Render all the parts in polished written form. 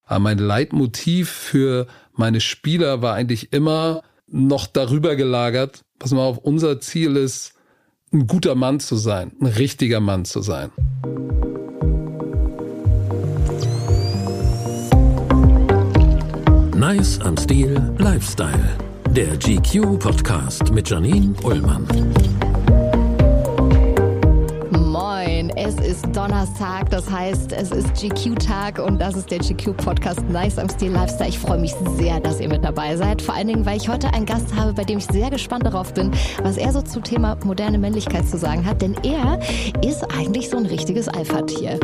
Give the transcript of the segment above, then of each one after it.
Aber mein Leitmotiv für meine Spieler war eigentlich immer noch darüber gelagert, pass mal auf, unser Ziel ist, ein guter Mann zu sein, ein richtiger Mann zu sein. Nice am Stil Lifestyle. Der GQ-Podcast mit Janine Ullmann. Moin, es ist Donnerstag, das heißt, es ist GQ-Tag und das ist der GQ-Podcast Nice am Stil Lifestyle. Ich freue mich sehr, dass ihr mit dabei seid. Vor allen Dingen, weil ich heute einen Gast habe, bei dem ich sehr gespannt darauf bin, was er so zum Thema moderne Männlichkeit zu sagen hat. Denn er ist eigentlich so ein richtiges Alpha-Tier.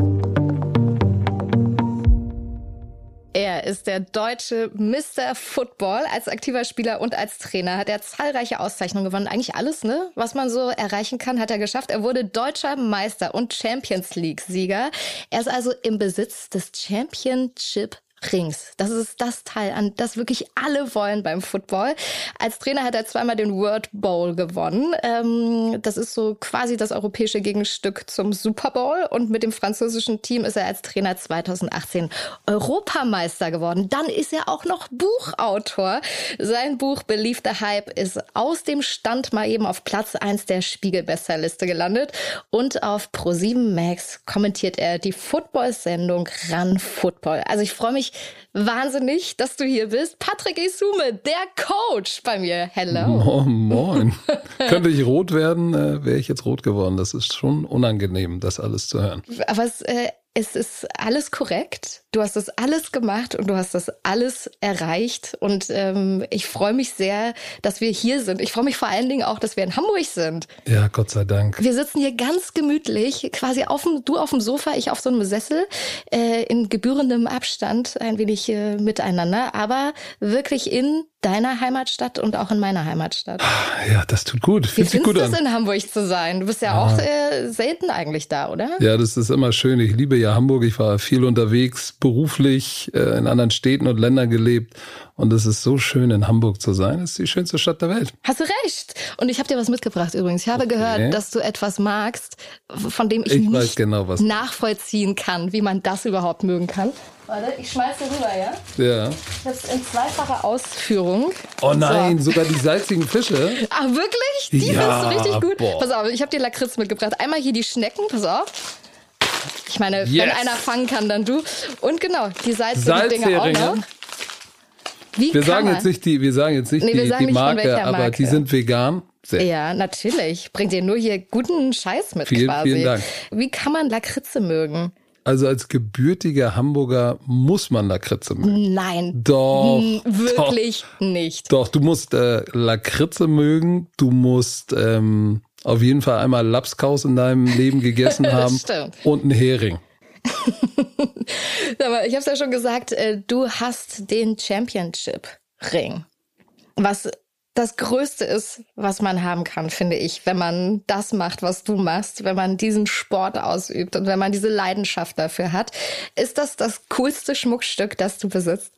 Er ist der deutsche Mr. Football. Als aktiver Spieler und als Trainer hat er zahlreiche Auszeichnungen gewonnen. Eigentlich alles, ne, was man so erreichen kann, hat er geschafft. Er wurde deutscher Meister und Champions League-Sieger. Er ist also im Besitz des Championship Rings. Das ist das Teil, an das wirklich alle wollen beim Football. Als Trainer hat er zweimal den World Bowl gewonnen. Das ist so quasi das europäische Gegenstück zum Super Bowl. Und mit dem französischen Team ist er als Trainer 2018 Europameister geworden. Dann ist er auch noch Buchautor. Sein Buch Believe the Hype ist aus dem Stand mal eben auf Platz 1 der Spiegel-Bestsellerliste gelandet. Und auf ProSieben Max kommentiert er die Football-Sendung Run Football. Also ich freue mich wahnsinnig, dass du hier bist. Patrick Isume, der Coach bei mir. Hello. Moin. Könnte ich rot werden, wäre ich jetzt rot geworden. Das ist schon unangenehm, das alles zu hören. Aber es ist alles korrekt. Du hast das alles gemacht und du hast das alles erreicht. Und ich freue mich sehr, dass wir hier sind. Ich freue mich vor allen Dingen auch, dass wir in Hamburg sind. Ja, Gott sei Dank. Wir sitzen hier ganz gemütlich, quasi du auf dem Sofa, ich auf so einem Sessel, in gebührendem Abstand, ein wenig miteinander, aber wirklich in deiner Heimatstadt und auch in meiner Heimatstadt. Ja, das tut gut. Fühlt sich gut an. Wie findest du es, in Hamburg zu sein? Du bist ja auch selten eigentlich da, oder? Ja, das ist immer schön. Ich liebe ja Hamburg. Ich war viel unterwegs, beruflich, in anderen Städten und Ländern gelebt. Und es ist so schön, in Hamburg zu sein. Es ist die schönste Stadt der Welt. Hast du recht. Und ich habe dir was mitgebracht übrigens. Ich habe gehört, dass du etwas magst, von dem ich nicht nachvollziehen kann, wie man das überhaupt mögen kann. Warte, ich schmeiße rüber, ja? Ja. Das ist in zweifacher Ausführung. Oh nein, so. Sogar die salzigen Fische. Ah, wirklich? Die findest du richtig gut? Boah. Pass auf, ich habe dir Lakritz mitgebracht. Einmal hier die Schnecken, pass auf. Ich meine, wenn einer fangen kann, dann du. Und genau, die salzigen Dinger auch noch. Wir sagen jetzt nicht die Marke, aber die sind vegan. Ja, natürlich. Bringt dir nur hier guten Scheiß mit quasi. Vielen Dank. Wie kann man Lakritze mögen? Also als gebürtiger Hamburger muss man Lakritze mögen. Nein. Doch. Wirklich nicht. Doch, du musst Lakritze mögen. Du musst auf jeden Fall einmal Lapskaus in deinem Leben gegessen haben. Stimmt. Und einen Hering. Aber ich habe es ja schon gesagt, du hast den Championship-Ring. Was das Größte ist, was man haben kann, finde ich, wenn man das macht, was du machst, wenn man diesen Sport ausübt und wenn man diese Leidenschaft dafür hat. Ist das coolste Schmuckstück, das du besitzt?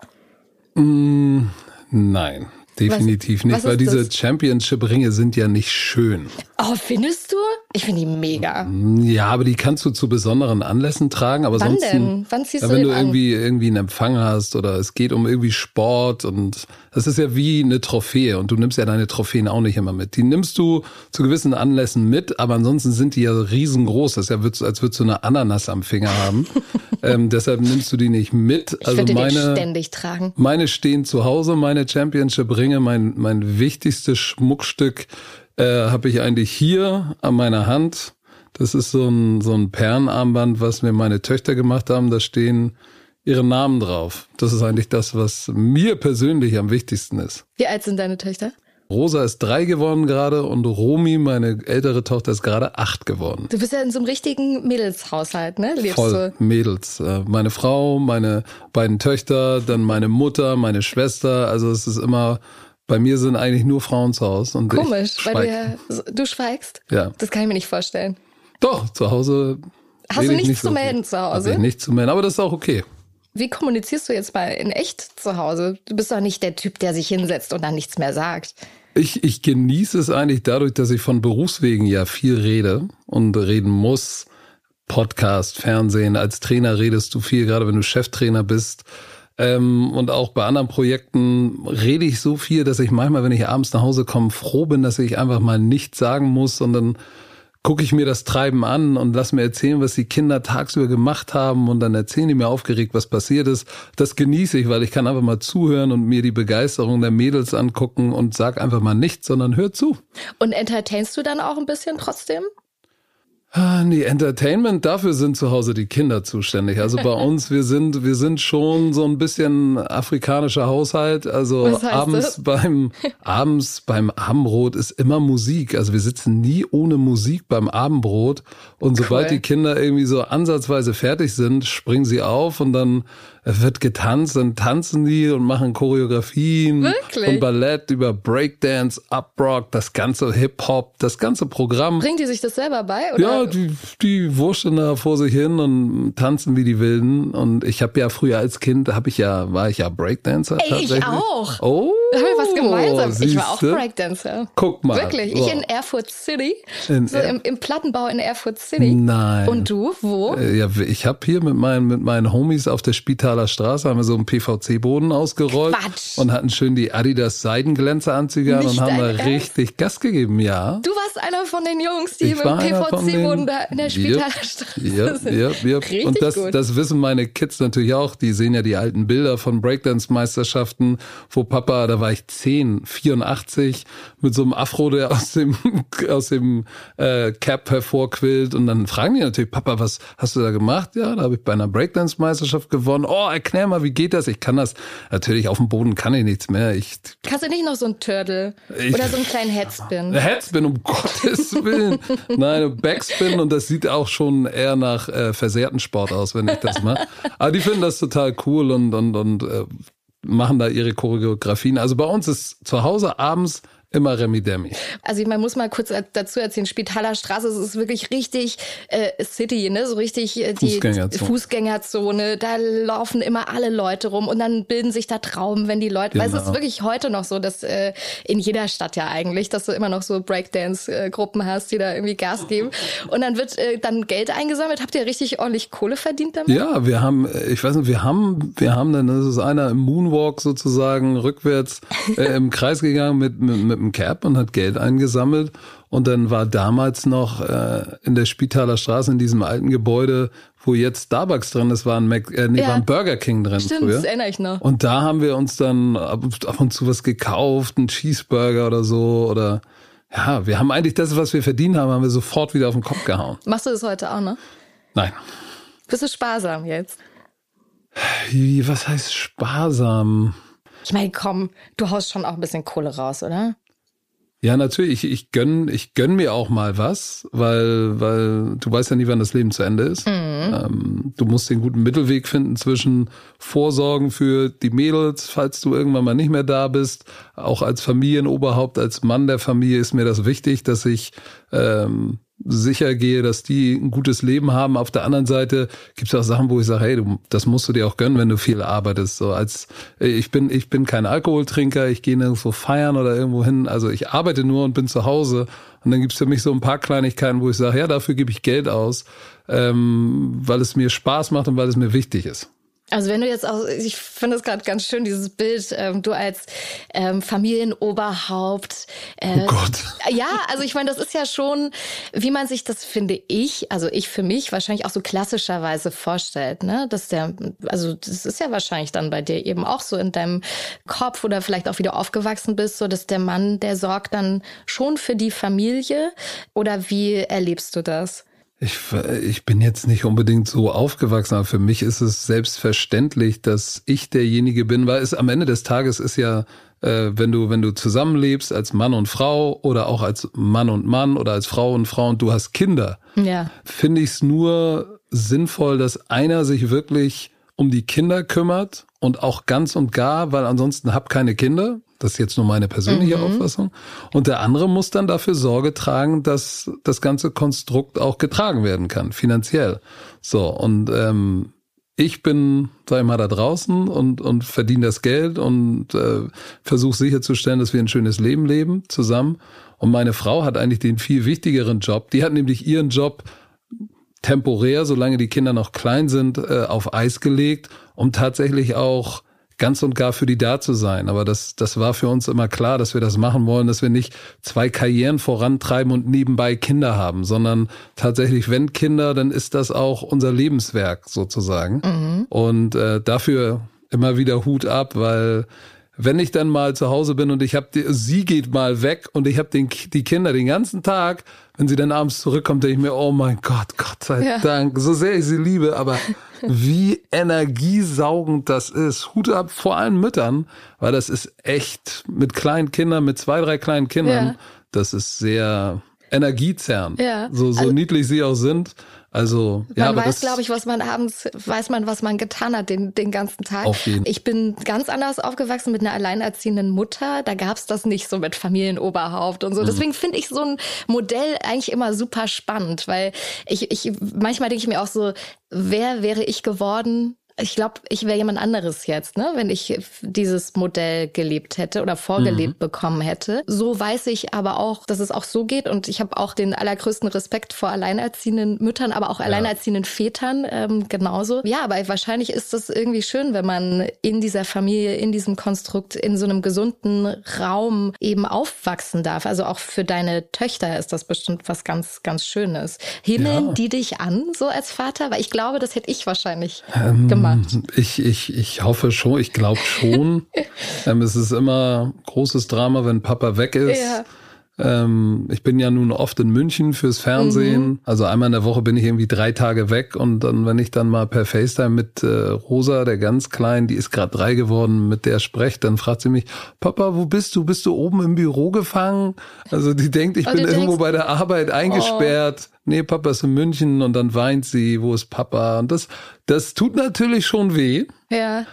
Nein. Definitiv nicht, weil diese Championship-Ringe sind ja nicht schön. Oh, findest du? Ich finde die mega. Ja, aber die kannst du zu besonderen Anlässen tragen. Aber wann sonst denn? Wann ziehst du wenn den du an? irgendwie einen Empfang hast oder es geht um irgendwie Sport und das ist ja wie eine Trophäe und du nimmst ja deine Trophäen auch nicht immer mit. Die nimmst du zu gewissen Anlässen mit, aber ansonsten sind die ja riesengroß. Das ist ja, als würdest du eine Ananas am Finger haben. Deshalb nimmst du die nicht mit. Ich würde die ständig tragen. Meine stehen zu Hause, meine Championship-Ringe, mein wichtigstes Schmuckstück habe ich eigentlich hier an meiner Hand. Das ist so ein Perlenarmband, was mir meine Töchter gemacht haben. Da stehen ihre Namen drauf. Das ist eigentlich das, was mir persönlich am wichtigsten ist. Wie alt sind deine Töchter? Rosa ist 3 geworden gerade und Romy, meine ältere Tochter, ist gerade 8 geworden. Du bist ja in so einem richtigen Mädelshaushalt, ne? Lebst voll du? Mädels. Meine Frau, meine beiden Töchter, dann meine Mutter, meine Schwester. Also es ist immer... Bei mir sind eigentlich nur Frauen zu Hause. Und komisch, weil du schweigst? Ja. Das kann ich mir nicht vorstellen. Doch, zu Hause. Hast du nichts zu melden zu Hause? Habe ich nichts zu melden, aber das ist auch okay. Wie kommunizierst du jetzt mal in echt zu Hause? Du bist doch nicht der Typ, der sich hinsetzt und dann nichts mehr sagt. Ich genieße es eigentlich dadurch, dass ich von Berufswegen ja viel rede und reden muss. Podcast, Fernsehen, als Trainer redest du viel, gerade wenn du Cheftrainer bist. Und auch bei anderen Projekten rede ich so viel, dass ich manchmal, wenn ich abends nach Hause komme, froh bin, dass ich einfach mal nichts sagen muss, sondern gucke ich mir das Treiben an und lass mir erzählen, was die Kinder tagsüber gemacht haben und dann erzählen die mir aufgeregt, was passiert ist. Das genieße ich, weil ich kann einfach mal zuhören und mir die Begeisterung der Mädels angucken und sag einfach mal nichts, sondern hör zu. Und entertainst du dann auch ein bisschen trotzdem? Nee, Entertainment, dafür sind zu Hause die Kinder zuständig. Also bei uns, wir sind schon so ein bisschen afrikanischer Haushalt. Also abends beim Abendbrot ist immer Musik. Also wir sitzen nie ohne Musik beim Abendbrot. Und sobald die Kinder irgendwie so ansatzweise fertig sind, springen sie auf und dann wird getanzt, dann tanzen die und machen Choreografien. Wirklich? Und Ballett über Breakdance, Uprock, das ganze Hip-Hop, das ganze Programm. Bringen die sich das selber bei? Oder? Ja, die wurschteln da vor sich hin und tanzen wie die Wilden. Und ich habe ja früher als Kind, war ich ja Breakdancer. Ey, ich auch. Oh, da haben wir was gemeinsam. siehste? Ich war auch Breakdancer. Guck mal. Wirklich, ich in Erfurt City, im Plattenbau in Erfurt City. Nein. Und du, wo? Ja, ich habe hier mit meinen Homies auf der Spitaler Straße haben wir so einen PVC-Boden ausgerollt. Quatsch. Und hatten schön die Adidas Seidenglänzeranzüge an und haben da richtig Gas gegeben, ja. Du warst einer von den Jungs, die mit dem PVC-Boden da in der Spitaler Straße sind. Ja. Richtig und gut. Das wissen meine Kids natürlich auch. Die sehen ja die alten Bilder von Breakdance-Meisterschaften, wo Papa, da war ich 84, mit so einem Afro, der aus dem Cap hervorquillt. Und dann fragen die natürlich, Papa, was hast du da gemacht? Ja, da habe ich bei einer Breakdance-Meisterschaft gewonnen. Oh, erklär mal, wie geht das? Ich kann das. Natürlich, auf dem Boden kann ich nichts mehr. Kannst du nicht noch so ein Turtle oder so einen kleinen Headspin? Headspin, um Gottes Willen. Nein, Backspin, und das sieht auch schon eher nach versehrten Sport aus, wenn ich das mache. Aber die finden das total cool und machen da ihre Choreografien. Also bei uns ist zu Hause abends immer Remi Demi. Also man muss mal kurz dazu erzählen, Spitaler Straße, es ist wirklich richtig City, ne? So richtig die Fußgängerzone. Da laufen immer alle Leute rum und dann bilden sich da Trauben, wenn die Leute, weil es ist wirklich heute noch so, dass in jeder Stadt ja eigentlich, dass du immer noch so Breakdance-Gruppen hast, die da irgendwie Gas geben. Und dann wird dann Geld eingesammelt. Habt ihr richtig ordentlich Kohle verdient damit? Ja, wir haben dann, das ist einer im Moonwalk sozusagen rückwärts im Kreis gegangen mit dem Cap und hat Geld eingesammelt. Und dann war damals noch in der Spitaler Straße, in diesem alten Gebäude, wo jetzt Starbucks drin ist, war ein Burger King drin. Stimmt, früher. Das erinnere ich noch. Und da haben wir uns dann ab und zu was gekauft, einen Cheeseburger oder so. Oder ja, wir haben eigentlich das, was wir verdient haben wir sofort wieder auf den Kopf gehauen. Machst du das heute auch, ne? Nein. Bist du sparsam jetzt? Was heißt sparsam? Ich meine, komm, du haust schon auch ein bisschen Kohle raus, oder? Ja, natürlich. Ich gönn mir auch mal was, weil du weißt ja nie, wann das Leben zu Ende ist. Mhm. Du musst den guten Mittelweg finden zwischen Vorsorgen für die Mädels, falls du irgendwann mal nicht mehr da bist. Auch als Familienoberhaupt, als Mann der Familie ist mir das wichtig, dass ich sicher gehe, dass die ein gutes Leben haben. Auf der anderen Seite gibt es auch Sachen, wo ich sage, hey, das musst du dir auch gönnen, wenn du viel arbeitest. So ich bin kein Alkoholtrinker, ich gehe nirgendwo feiern oder irgendwo hin. Also ich arbeite nur und bin zu Hause. Und dann gibt es für mich so ein paar Kleinigkeiten, wo ich sage, ja, dafür gebe ich Geld aus, weil es mir Spaß macht und weil es mir wichtig ist. Also wenn du jetzt auch, ich finde es gerade ganz schön, dieses Bild, du als Familienoberhaupt. Oh Gott. Ja, also ich meine, das ist ja schon, wie man sich das, finde ich, also ich für mich wahrscheinlich auch so klassischerweise vorstellt, ne? Das ist ja wahrscheinlich dann bei dir eben auch so in deinem Kopf oder vielleicht auch, wie du aufgewachsen bist, so dass der Mann, der sorgt dann schon für die Familie, oder wie erlebst du das? Ich bin jetzt nicht unbedingt so aufgewachsen, aber für mich ist es selbstverständlich, dass ich derjenige bin, weil es am Ende des Tages ist ja, wenn du zusammenlebst als Mann und Frau oder auch als Mann und Mann oder als Frau und du hast Kinder, ja, finde ich es nur sinnvoll, dass einer sich wirklich um die Kinder kümmert und auch ganz und gar, weil ansonsten hab keine Kinder. Das ist jetzt nur meine persönliche Auffassung. Und der andere muss dann dafür Sorge tragen, dass das ganze Konstrukt auch getragen werden kann, finanziell. So, und ich bin, sag ich mal, da draußen und verdiene das Geld und versuche sicherzustellen, dass wir ein schönes Leben leben zusammen. Und meine Frau hat eigentlich den viel wichtigeren Job. Die hat nämlich ihren Job temporär, solange die Kinder noch klein sind, auf Eis gelegt um tatsächlich auch ganz und gar für die da zu sein. Aber das war für uns immer klar, dass wir das machen wollen, dass wir nicht 2 Karrieren vorantreiben und nebenbei Kinder haben, sondern tatsächlich, wenn Kinder, dann ist das auch unser Lebenswerk sozusagen. Mhm. Und dafür immer wieder Hut ab, weil wenn ich dann mal zu Hause bin und sie geht mal weg und ich habe die Kinder den ganzen Tag, wenn sie dann abends zurückkommt, denke ich mir, oh mein Gott, Gott sei Dank, so sehr ich sie liebe, aber wie energiesaugend das ist. Hut ab vor allen Müttern, weil das ist echt mit kleinen Kindern, mit 2, 3 kleinen Kindern, das ist sehr energiezerrend. Ja. So also, niedlich sie auch sind. Also, man weiß, glaube ich, was man getan hat den ganzen Tag. Auf jeden. Ich bin ganz anders aufgewachsen mit einer alleinerziehenden Mutter. Da gab's das nicht so mit Familienoberhaupt und so. Deswegen finde ich so ein Modell eigentlich immer super spannend, weil ich manchmal denke ich mir auch so, wer wäre ich geworden? Ich glaube, ich wäre jemand anderes jetzt, ne, wenn ich dieses Modell gelebt hätte oder vorgelebt bekommen hätte. So weiß ich aber auch, dass es auch so geht und ich habe auch den allergrößten Respekt vor alleinerziehenden Müttern, aber auch alleinerziehenden Vätern genauso. Ja, aber wahrscheinlich ist das irgendwie schön, wenn man in dieser Familie, in diesem Konstrukt, in so einem gesunden Raum eben aufwachsen darf. Also auch für deine Töchter ist das bestimmt was ganz, ganz Schönes. Himmeln die dich an, so als Vater? Weil ich glaube, das hätte ich wahrscheinlich gemacht. Ich hoffe schon, ich glaube schon. Es ist immer großes Drama, wenn Papa weg ist. Ja. Ich bin ja nun oft in München fürs Fernsehen. Also einmal in der Woche bin ich irgendwie 3 Tage weg und dann, wenn ich dann mal per FaceTime mit Rosa, der ganz Kleinen, die ist gerade 3 geworden, mit der spreche, dann fragt sie mich, Papa, wo bist du? Bist du oben im Büro gefangen? Also die denkt, ich bin irgendwo bei der Arbeit eingesperrt. Nee, Papa ist in München und dann weint sie, wo ist Papa? Und das tut natürlich schon weh. Ja.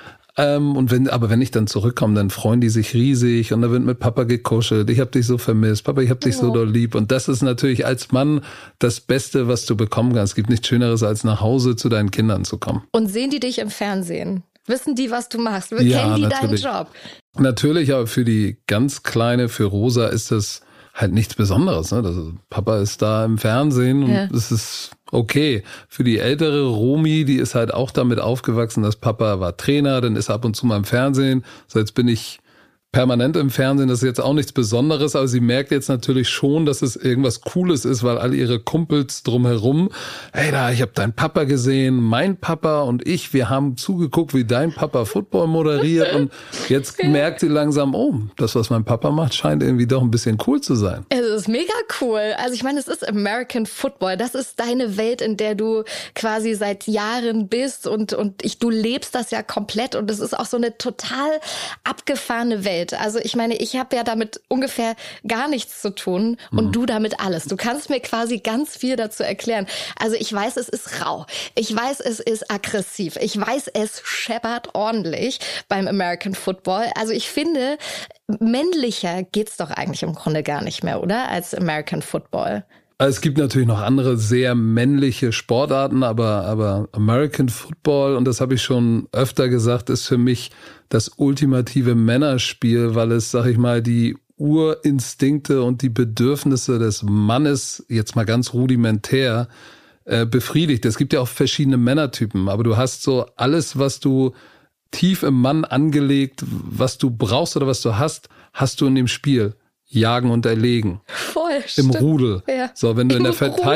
Aber wenn ich dann zurückkomme, dann freuen die sich riesig und da wird mit Papa gekuschelt. Ich habe dich so vermisst. Papa, ich habe dich so doll lieb. Und das ist natürlich als Mann das Beste, was du bekommen kannst. Es gibt nichts Schöneres, als nach Hause zu deinen Kindern zu kommen. Und sehen die dich im Fernsehen? Wissen die, was du machst? Kennen die natürlich. Deinen Job? Natürlich, aber für die ganz Kleine, für Rosa ist das halt nichts Besonderes. Ne? Papa ist da im Fernsehen und es ist okay. Für die ältere Romy, die ist halt auch damit aufgewachsen, dass Papa war Trainer, dann ist er ab und zu mal im Fernsehen. So, jetzt bin ich permanent im Fernsehen, das ist jetzt auch nichts Besonderes, aber sie merkt jetzt natürlich schon, dass es irgendwas Cooles ist, weil all ihre Kumpels drumherum, hey, ich habe deinen Papa gesehen, mein Papa und ich, wir haben zugeguckt, wie dein Papa Football moderiert und jetzt merkt sie langsam, das, was mein Papa macht, scheint irgendwie doch ein bisschen cool zu sein. Es ist mega cool. Also ich meine, es ist American Football, das ist deine Welt, in der du quasi seit Jahren bist und du lebst das ja komplett und es ist auch so eine total abgefahrene Welt. Also ich meine, ich habe ja damit ungefähr gar nichts zu tun und du damit alles. Du kannst mir quasi ganz viel dazu erklären. Also ich weiß, es ist rau. Ich weiß, es ist aggressiv. Ich weiß, es scheppert ordentlich beim American Football. Also ich finde, männlicher geht's doch eigentlich im Grunde gar nicht mehr, oder? Als American Football. Es gibt natürlich noch andere sehr männliche Sportarten, aber American Football, und das habe ich schon öfter gesagt, ist für mich das ultimative Männerspiel, weil es, sag ich mal, die Urinstinkte und die Bedürfnisse des Mannes, jetzt mal ganz rudimentär, befriedigt. Es gibt ja auch verschiedene Männertypen, aber du hast so alles, was du tief im Mann angelegt, was du brauchst oder was du hast du in dem Spiel. Jagen und erlegen. Voll, im stimmt. Rudel. Ja. So, wenn du in der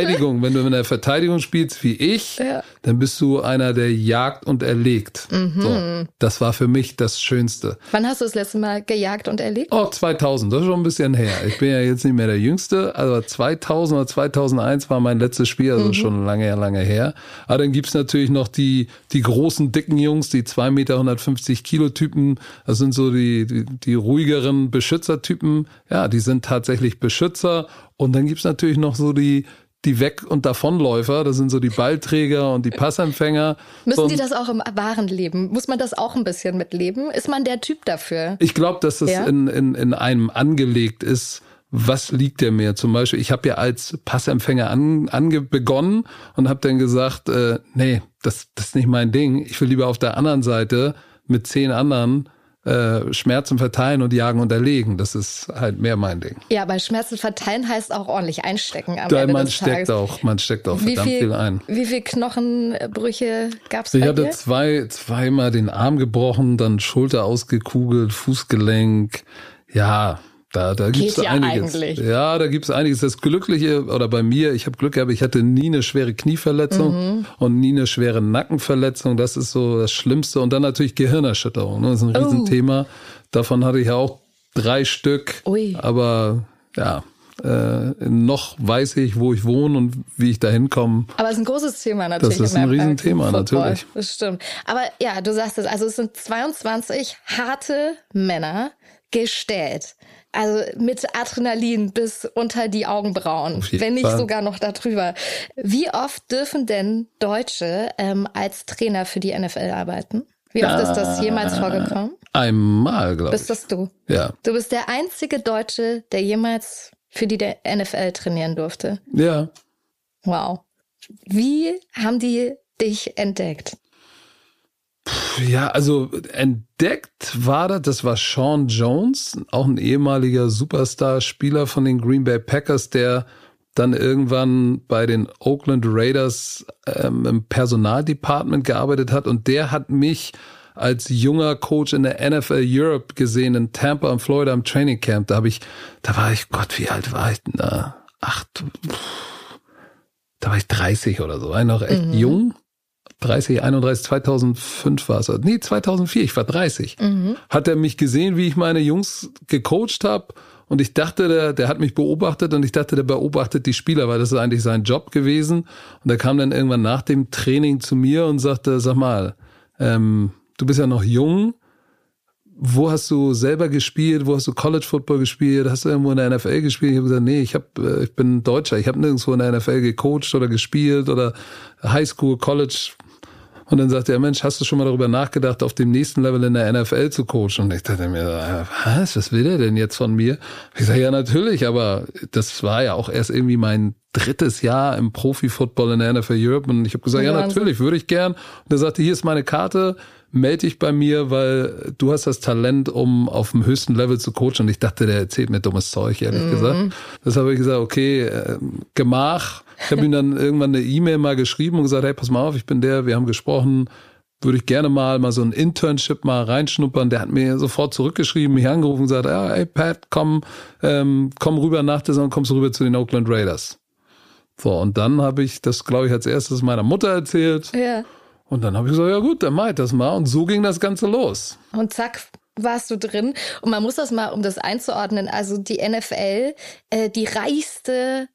Verteidigung spielst wie ich, dann bist du einer, der jagt und erlegt. So, das war für mich das Schönste. Wann hast du das letzte Mal gejagt und erlegt? 2000, das ist schon ein bisschen her. Ich bin ja jetzt nicht mehr der Jüngste, also 2000 oder 2001 war mein letztes Spiel, also schon lange her. Aber dann gibt's natürlich noch die großen, dicken Jungs, die 2 Meter, 150 Kilo Typen. Das sind so die ruhigeren Beschützertypen. Ja, die sind tatsächlich Beschützer. Und dann gibt's natürlich noch so die Weg- und Davonläufer, das sind so die Ballträger und die Passempfänger. Müssen die das auch im wahren Leben? Muss man das auch ein bisschen mitleben? Ist man der Typ dafür? Ich glaube, dass das in einem angelegt ist. Was liegt der mir? Zum Beispiel, ich habe ja als Passempfänger begonnen und habe dann gesagt, nee, das ist nicht mein Ding. Ich will lieber auf der anderen Seite mit 10 anderen Schmerzen verteilen und jagen und erlegen. Das ist halt mehr mein Ding. Ja, aber Schmerzen verteilen heißt auch ordentlich einstecken am Da, Ende man des steckt Tages. man steckt auch verdammt viel ein. Wie viel Knochenbrüche gab es bei Ich dir? hatte zweimal den Arm gebrochen, dann Schulter ausgekugelt, Fußgelenk. Ja, da gibt's ja einiges. eigentlich. Ja, da gibt's einiges. Das Glückliche, oder bei mir, ich habe Glück gehabt, ich hatte nie eine schwere Knieverletzung und nie eine schwere Nackenverletzung. Das ist so das Schlimmste. Und dann natürlich Gehirnerschütterung. Das ist ein Riesenthema. Davon hatte ich ja auch 3 Stück. Ui. Aber ja, noch weiß ich, wo ich wohne und wie ich da hinkomme. Aber es ist ein großes Thema natürlich. Das ist ein Riesenthema, natürlich. Das stimmt. Aber ja, du sagst es, also es sind 22 harte Männer gestellt. Also mit Adrenalin bis unter die Augenbrauen, wenn nicht sogar noch darüber. Wie oft dürfen denn Deutsche als Trainer für die NFL arbeiten? Wie oft ist das jemals vorgekommen? Einmal, glaube ich. Bist das du? Ja. Du bist der einzige Deutsche, der jemals für die NFL trainieren durfte. Ja. Wow. Wie haben die dich entdeckt? Ja, also entdeckt war das war Sean Jones, auch ein ehemaliger Superstar-Spieler von den Green Bay Packers, der dann irgendwann bei den Oakland Raiders im Personaldepartment gearbeitet hat. Und der hat mich als junger Coach in der NFL Europe gesehen, in Tampa und Florida im Training Camp. Da war ich, Gott, wie alt war ich denn da? Da war ich 30 oder so. War ich noch echt jung. 30, 31, 2005 war es. Nee, 2004, ich war 30. Hat er mich gesehen, wie ich meine Jungs gecoacht habe. Und ich dachte, der hat mich beobachtet und ich dachte, der beobachtet die Spieler, weil das ist eigentlich sein Job gewesen. Und er kam dann irgendwann nach dem Training zu mir und sagte, sag mal, du bist ja noch jung. Wo hast du selber gespielt? Wo hast du College Football gespielt? Hast du irgendwo in der NFL gespielt? Ich habe gesagt, nee, ich bin Deutscher. Ich habe nirgendwo in der NFL gecoacht oder gespielt oder Highschool, College. Und dann sagte er, Mensch, hast du schon mal darüber nachgedacht, auf dem nächsten Level in der NFL zu coachen? Und ich dachte mir, was will der denn jetzt von mir? Ich sage, ja, natürlich, aber das war ja auch erst irgendwie mein 3. Jahr im Profi-Football in der NFL Europe. Und ich habe gesagt, ja, natürlich, würde ich gern. Und er sagte, hier ist meine Karte, melde dich bei mir, weil du hast das Talent, um auf dem höchsten Level zu coachen. Und ich dachte, der erzählt mir dummes Zeug, ehrlich gesagt. Deshalb habe ich gesagt, okay, Gemach. Ich habe ihm dann irgendwann eine E-Mail mal geschrieben und gesagt, hey, pass mal auf, ich bin wir haben gesprochen, würde ich gerne mal so ein Internship mal reinschnuppern. Der hat mir sofort zurückgeschrieben, mich angerufen und gesagt, ja, hey Pat, komm rüber nach der Saison, kommst du rüber zu den Oakland Raiders. So, und dann habe ich das, glaube ich, als erstes meiner Mutter erzählt. Ja. Und dann habe ich gesagt, ja gut, dann mach ich das mal. Und so ging das Ganze los. Und zack, warst du drin. Und man muss das mal, um das einzuordnen, also die NFL, die reichste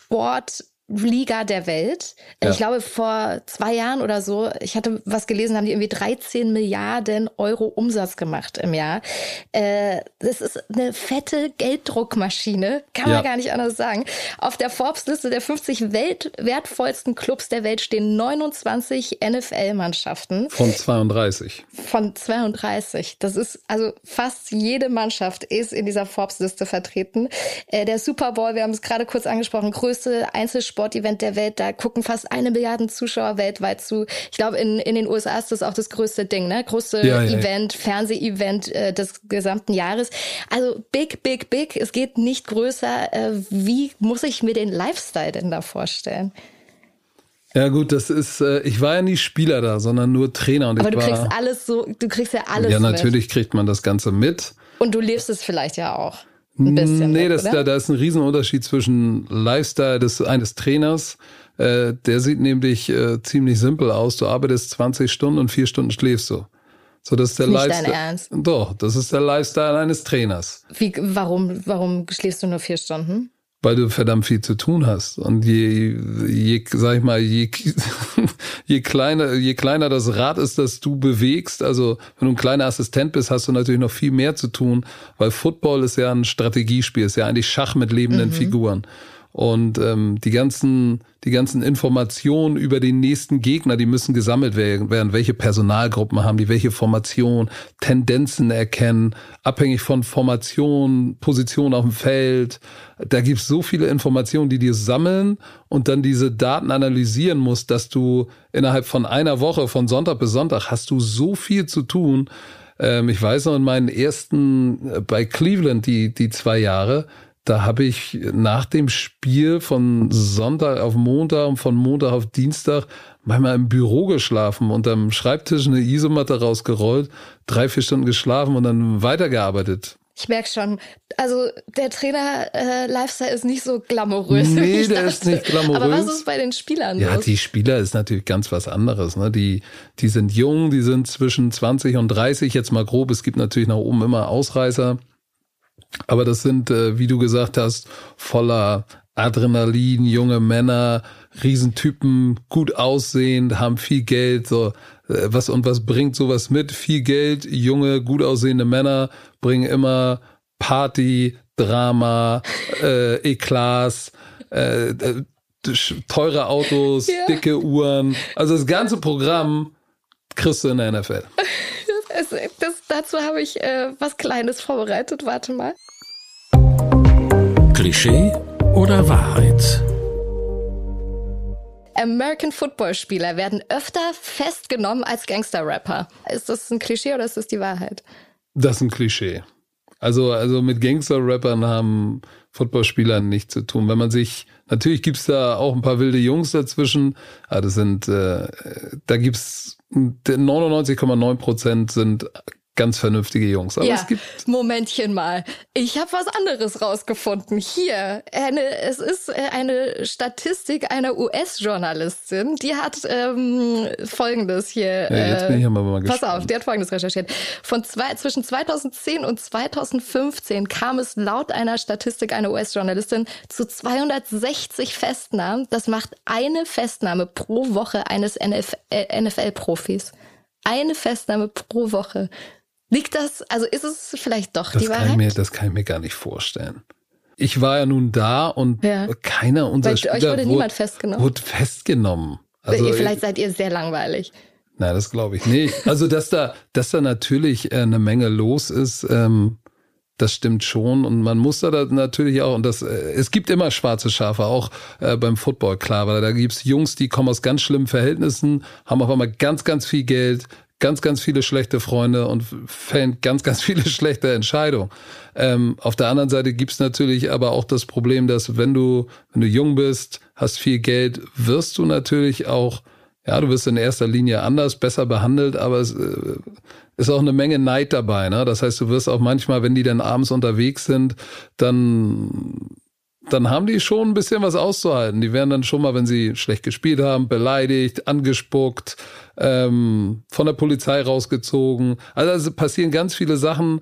Sportliga der Welt. Ja. Ich glaube, vor 2 Jahren oder so, ich hatte was gelesen, haben die irgendwie 13 Milliarden Euro Umsatz gemacht im Jahr. Das ist eine fette Gelddruckmaschine, kann man gar nicht anders sagen. Auf der Forbes-Liste der 50 wertvollsten Clubs der Welt stehen 29 NFL-Mannschaften. Von 32. Von 32. Das ist also fast jede Mannschaft ist in dieser Forbes-Liste vertreten. Der Super Bowl, wir haben es gerade kurz angesprochen, größte Einzelsportevent der Welt. Da gucken fast 1 Milliarde Zuschauer weltweit zu. Ich glaube, in den USA ist das auch das größte Ding, ne? Größte Event, Fernseh-Event des gesamten Jahres. Also big, big, big. Es geht nicht größer. Wie muss ich mir den Lifestyle denn da vorstellen? Ja gut, das ist, ich war ja nie Spieler da, sondern nur Trainer. Und aber du kriegst alles so, du kriegst ja alles Ja, mit. natürlich kriegt man das Ganze mit. Und du lebst es vielleicht ja auch ein bisschen. Nee, mit, oder? da ist ein Riesenunterschied zwischen Lifestyle eines Trainers. Der sieht nämlich ziemlich simpel aus. Du arbeitest 20 Stunden und 4 Stunden schläfst du. So, das ist der Lifestyle. Nicht dein Ernst? Doch, das ist der Lifestyle eines Trainers. Warum schläfst du nur 4 Stunden? Weil du verdammt viel zu tun hast. Und je kleiner das Rad ist, das du bewegst, also wenn du ein kleiner Assistent bist, hast du natürlich noch viel mehr zu tun, weil Football ist ja ein Strategiespiel, ist ja eigentlich Schach mit lebenden Figuren. Und die ganzen Informationen über den nächsten Gegner, die müssen gesammelt werden. Welche Personalgruppen haben die, welche Formation, Tendenzen erkennen, abhängig von Formation, Position auf dem Feld. Da gibt's so viele Informationen, die dir sammeln und dann diese Daten analysieren musst, dass du innerhalb von einer Woche, von Sonntag bis Sonntag, hast du so viel zu tun. Ich weiß noch, in meinen ersten, bei Cleveland, die 2 Jahre, da habe ich nach dem Spiel von Sonntag auf Montag und von Montag auf Dienstag manchmal im Büro geschlafen, unterm Schreibtisch eine Isomatte rausgerollt, 3-4 Stunden geschlafen und dann weitergearbeitet. Ich merke schon, also der Trainer-Lifestyle ist nicht so glamourös. Nee, der ist nicht glamourös. Aber was ist bei den Spielern los? Ja, die Spieler ist natürlich ganz was anderes. Ne? Die sind jung, die sind zwischen 20 und 30, jetzt mal grob. Es gibt natürlich nach oben immer Ausreißer. Aber das sind, wie du gesagt hast, voller Adrenalin, junge Männer, Riesentypen, gut aussehend, haben viel Geld. So was bringt sowas mit? Viel Geld, junge, gut aussehende Männer bringen immer Party, Drama, Eklats, teure Autos, dicke Uhren. Also das ganze Programm kriegst du in der NFL. Dazu habe ich was Kleines vorbereitet. Warte mal. Klischee oder Wahrheit? American Football-Spieler werden öfter festgenommen als Gangster-Rapper. Ist das ein Klischee oder ist das die Wahrheit? Das ist ein Klischee. Also mit Gangster-Rappern haben Footballspieler nichts zu tun. Wenn man sich, natürlich gibt's da auch ein paar wilde Jungs dazwischen, aber das sind, da gibt's 99,9% sind ganz vernünftige Jungs. Aber es gibt Momentchen mal. Ich habe was anderes rausgefunden. Hier, es ist eine Statistik einer US-Journalistin. Die hat Folgendes hier. Ja, jetzt bin ich aber mal gespannt. Pass auf, die hat Folgendes recherchiert. Zwischen 2010 und 2015 kam es laut einer Statistik einer US-Journalistin zu 260 Festnahmen. Das macht eine Festnahme pro Woche eines NFL-Profis. Eine Festnahme pro Woche. Liegt das, also ist es vielleicht doch die Wahrheit? Das kann ich mir gar nicht vorstellen. Ich war ja nun da und keiner unserer Spieler niemand festgenommen. Wurde festgenommen. Also, vielleicht seid ihr sehr langweilig. Nein, das glaube ich nicht. Also, dass da natürlich eine Menge los ist, das stimmt schon. Und man muss da natürlich auch, und es gibt immer schwarze Schafe, auch beim Football, klar, weil da gibt's Jungs, die kommen aus ganz schlimmen Verhältnissen, haben auf einmal ganz, ganz viel Geld, ganz, ganz viele schlechte Freunde und fällen ganz, ganz viele schlechte Entscheidungen. Auf der anderen Seite gibt's natürlich aber auch das Problem, dass wenn du jung bist, hast viel Geld, wirst du natürlich auch, du wirst in erster Linie anders, besser behandelt, aber es ist auch eine Menge Neid dabei, ne? Das heißt, du wirst auch manchmal, wenn die dann abends unterwegs sind, dann haben die schon ein bisschen was auszuhalten. Die werden dann schon mal, wenn sie schlecht gespielt haben, beleidigt, angespuckt, von der Polizei rausgezogen. Also passieren ganz viele Sachen,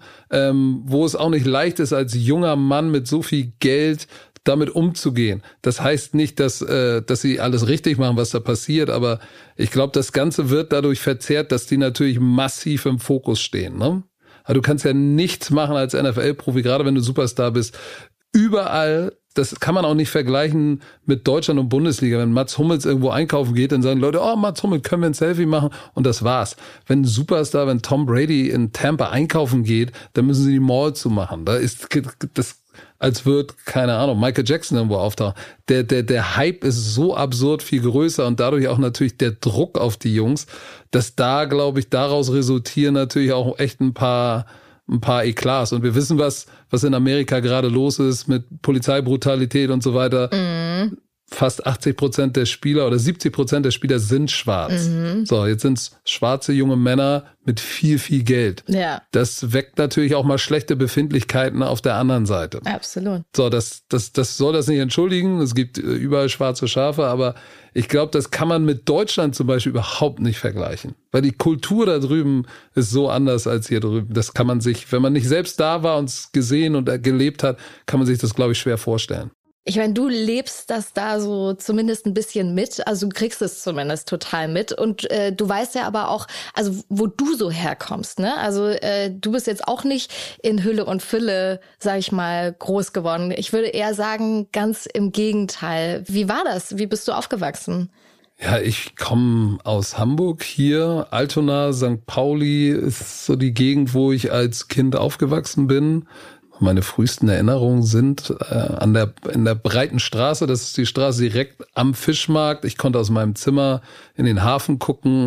wo es auch nicht leicht ist, als junger Mann mit so viel Geld damit umzugehen. Das heißt nicht, dass sie alles richtig machen, was da passiert, aber ich glaube, das Ganze wird dadurch verzerrt, dass die natürlich massiv im Fokus stehen, ne? Aber du kannst ja nichts machen als NFL-Profi, gerade wenn du Superstar bist. Überall, das kann man auch nicht vergleichen mit Deutschland und Bundesliga. Wenn Mats Hummels irgendwo einkaufen geht, dann sagen Leute, Mats Hummels, können wir ein Selfie machen? Und das war's. Wenn ein Superstar, wenn Tom Brady in Tampa einkaufen geht, dann müssen sie die Mall zumachen. Da ist das, als wird, keine Ahnung, Michael Jackson irgendwo auftauchen. Der Hype ist so absurd viel größer und dadurch auch natürlich der Druck auf die Jungs, dass da, glaube ich, daraus resultieren natürlich auch echt ein paar Eklats. Und wir wissen, was in Amerika gerade los ist mit Polizeibrutalität und so weiter. Mhm. Fast 80% der Spieler oder 70% der Spieler sind schwarz. Mhm. So, jetzt sind es schwarze junge Männer mit viel, viel Geld. Ja. Das weckt natürlich auch mal schlechte Befindlichkeiten auf der anderen Seite. Absolut. So, das soll das nicht entschuldigen. Es gibt überall schwarze Schafe, aber ich glaube, das kann man mit Deutschland zum Beispiel überhaupt nicht vergleichen. Weil die Kultur da drüben ist so anders als hier drüben. Das kann man sich, wenn man nicht selbst da war und es gesehen und gelebt hat, kann man sich das, glaube ich, schwer vorstellen. Ich meine, du lebst das da so zumindest ein bisschen mit, also du kriegst es zumindest total mit und du weißt ja aber auch, also wo du so herkommst, ne? Also du bist jetzt auch nicht in Hülle und Fülle, sag ich mal, groß geworden. Ich würde eher sagen, ganz im Gegenteil. Wie war das? Wie bist du aufgewachsen? Ja, ich komme aus Hamburg hier, Altona, St. Pauli ist so die Gegend, wo ich als Kind aufgewachsen bin. Meine frühesten Erinnerungen sind in der breiten Straße. Das ist die Straße direkt am Fischmarkt. Ich konnte aus meinem Zimmer in den Hafen gucken.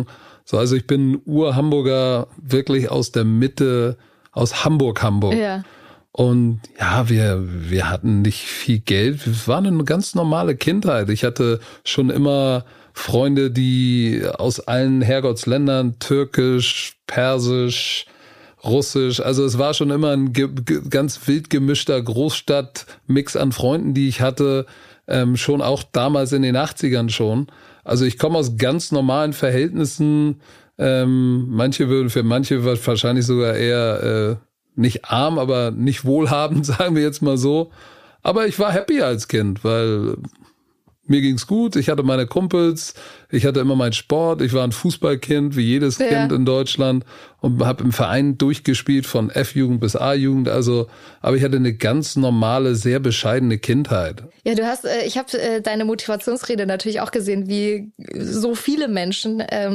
So, also ich bin Ur-Hamburger, wirklich aus der Mitte, aus Hamburg. Ja. Und ja, wir hatten nicht viel Geld. Es war eine ganz normale Kindheit. Ich hatte schon immer Freunde, die aus allen Herrgottsländern, türkisch, persisch, russisch, also es war schon immer ein ganz wild gemischter Großstadt-Mix an Freunden, die ich hatte, schon auch damals in den 80ern schon. Also ich komme aus ganz normalen Verhältnissen. Für manche wahrscheinlich sogar eher nicht arm, aber nicht wohlhabend, sagen wir jetzt mal so. Aber ich war happy als Kind, weil mir ging's gut, ich hatte meine Kumpels, ich hatte immer meinen Sport, ich war ein Fußballkind, wie jedes Kind in Deutschland und habe im Verein durchgespielt von F-Jugend bis A-Jugend, also, aber ich hatte eine ganz normale, sehr bescheidene Kindheit. Ja, ich habe deine Motivationsrede natürlich auch gesehen, wie so viele Bei der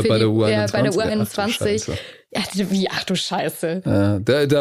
U21. Ach du Scheiße. Ja,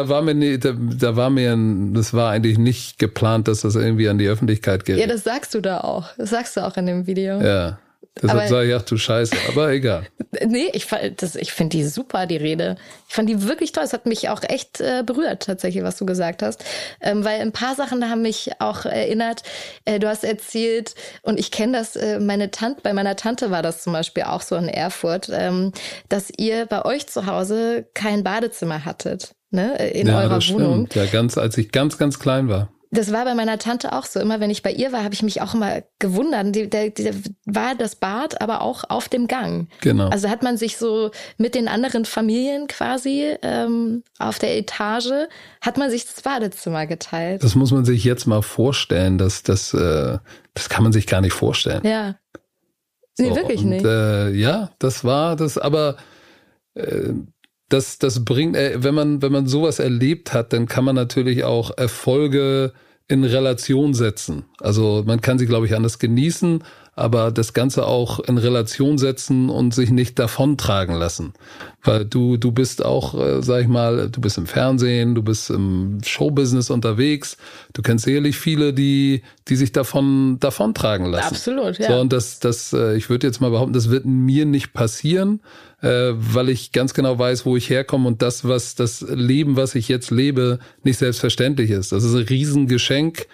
das war eigentlich nicht geplant, dass das irgendwie an die Öffentlichkeit gerät. Ja, das sagst du da auch. Das sagst du auch in dem Video. Ja. Deshalb sage ich, ach du Scheiße, aber egal. Nee, ich finde die super, die Rede. Ich fand die wirklich toll. Es hat mich auch echt berührt, tatsächlich, was du gesagt hast. Weil ein paar Sachen haben mich auch erinnert. Du hast erzählt, und ich kenne das, bei meiner Tante war das zum Beispiel auch so in Erfurt, dass ihr bei euch zu Hause kein Badezimmer hattet, ne, in eurer Wohnung. Ja, als ich ganz, ganz klein war. Das war bei meiner Tante auch so. Immer wenn ich bei ihr war, habe ich mich auch immer gewundert. Da war das Bad aber auch auf dem Gang. Genau. Also hat man sich so mit den anderen Familien quasi auf der Etage, hat man sich das Badezimmer geteilt. Das muss man sich jetzt mal vorstellen. Das kann man sich gar nicht vorstellen. Ja. Nee, so, wirklich nicht. Ja, das war das, aber das bringt, wenn man sowas erlebt hat, dann kann man natürlich auch Erfolge in Relation setzen. Also man kann sie, glaube ich, anders genießen, aber das Ganze auch in Relation setzen und sich nicht davontragen lassen. Weil du bist auch, sag ich mal, du bist im Fernsehen, du bist im Showbusiness unterwegs. Du kennst sicherlich viele, die sich davontragen lassen. Absolut, ja. So, und ich würde jetzt mal behaupten, das wird mir nicht passieren, weil ich ganz genau weiß, wo ich herkomme und das Leben, was ich jetzt lebe, nicht selbstverständlich ist. Das ist ein Riesengeschenk.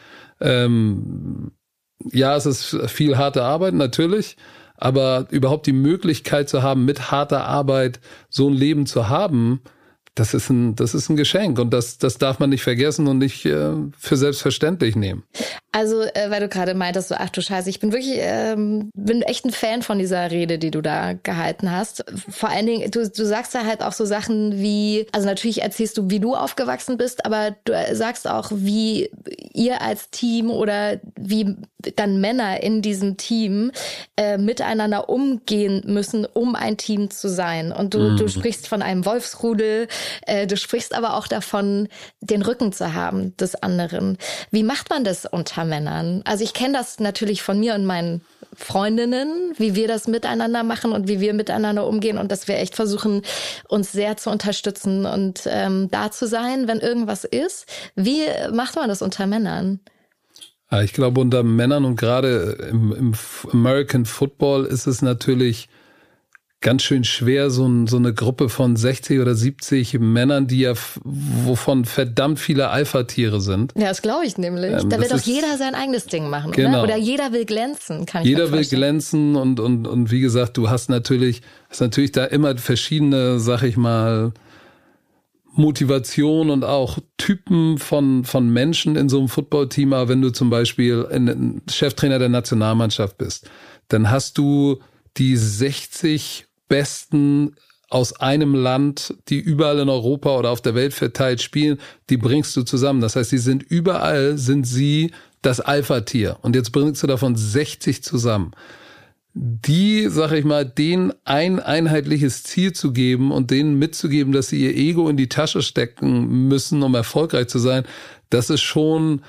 Ja, es ist viel harte Arbeit, natürlich, aber überhaupt die Möglichkeit zu haben, mit harter Arbeit so ein Leben zu haben, das ist ein Geschenk und das darf man nicht vergessen und nicht für selbstverständlich nehmen. Also, weil du gerade meintest, so, ach du Scheiße, ich bin wirklich, bin echt ein Fan von dieser Rede, die du da gehalten hast. Vor allen Dingen, du sagst da halt auch so Sachen wie, also natürlich erzählst du, wie du aufgewachsen bist, aber du sagst auch, wie ihr als Team oder wie dann Männer in diesem Team miteinander umgehen müssen, um ein Team zu sein. Und du sprichst von einem Wolfsrudel, du sprichst aber auch davon, den Rücken zu haben des anderen. Wie macht man das unter Männern? Also ich kenne das natürlich von mir und meinen Freundinnen, wie wir das miteinander machen und wie wir miteinander umgehen und dass wir echt versuchen, uns sehr zu unterstützen und da zu sein, wenn irgendwas ist. Wie macht man das unter Männern? Ich glaube, unter Männern und gerade im American Football ist es natürlich ganz schön schwer, so eine Gruppe von 60 oder 70 Männern, wovon verdammt viele Alpha-Tiere sind. Ja, das glaube ich nämlich. Da will doch jeder sein eigenes Ding machen, genau. Oder jeder will glänzen, kann ich mir vorstellen. Jeder will glänzen und wie gesagt, du hast natürlich da immer verschiedene, sag ich mal, Motivation und auch Typen von Menschen in so einem Footballteam. Aber wenn du zum Beispiel ein Cheftrainer der Nationalmannschaft bist, dann hast du die 60 Besten aus einem Land, die überall in Europa oder auf der Welt verteilt spielen, die bringst du zusammen. Das heißt, sind sie das Alpha-Tier. Und jetzt bringst du davon 60 zusammen. Die, sag ich mal, denen ein einheitliches Ziel zu geben und denen mitzugeben, dass sie ihr Ego in die Tasche stecken müssen, um erfolgreich zu sein, das ist schon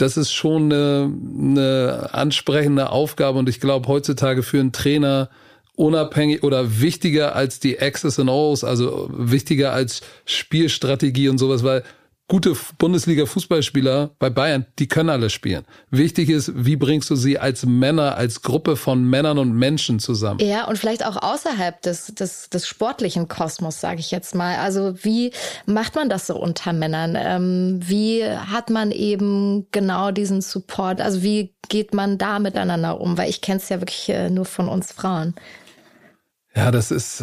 eine ansprechende Aufgabe. Und ich glaube, heutzutage für einen Trainer unabhängig oder wichtiger als die X's and O's, also wichtiger als Spielstrategie und sowas, weil gute Bundesliga-Fußballspieler bei Bayern, die können alle spielen. Wichtig ist, wie bringst du sie als Männer, als Gruppe von Männern und Menschen zusammen? Ja, und vielleicht auch außerhalb des sportlichen Kosmos, sage ich jetzt mal. Also wie macht man das so unter Männern? Wie hat man eben genau diesen Support? Also wie geht man da miteinander um? Weil ich kenne es ja wirklich nur von uns Frauen. Ja, das ist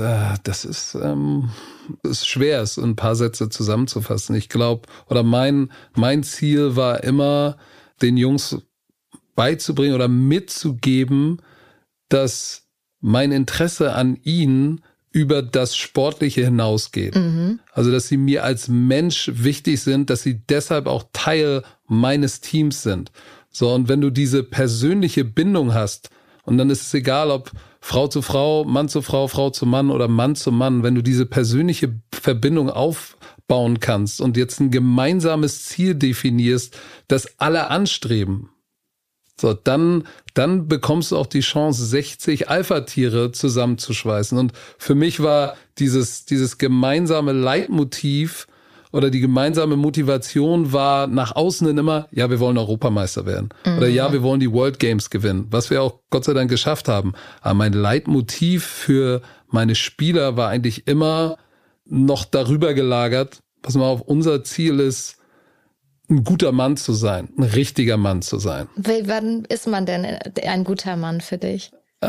schwer, es in ein paar Sätze zusammenzufassen. Ich glaube, oder mein Ziel war immer, den Jungs beizubringen oder mitzugeben, dass mein Interesse an ihnen über das Sportliche hinausgeht. Mhm. Also, dass sie mir als Mensch wichtig sind, dass sie deshalb auch Teil meines Teams sind. So, und wenn du diese persönliche Bindung hast, und dann ist es egal, ob Frau zu Frau, Mann zu Frau, Frau zu Mann oder Mann zu Mann, wenn du diese persönliche Verbindung aufbauen kannst und jetzt ein gemeinsames Ziel definierst, das alle anstreben, so, dann bekommst du auch die Chance, 60 Alpha-Tiere zusammenzuschweißen. Und für mich war dieses gemeinsame Leitmotiv oder die gemeinsame Motivation war nach außen hin immer, ja, wir wollen Europameister werden. Mhm. Oder ja, wir wollen die World Games gewinnen, was wir auch Gott sei Dank geschafft haben. Aber mein Leitmotiv für meine Spieler war eigentlich immer noch darüber gelagert, pass mal auf, unser Ziel ist, ein guter Mann zu sein, ein richtiger Mann zu sein. Wann ist man denn ein guter Mann für dich?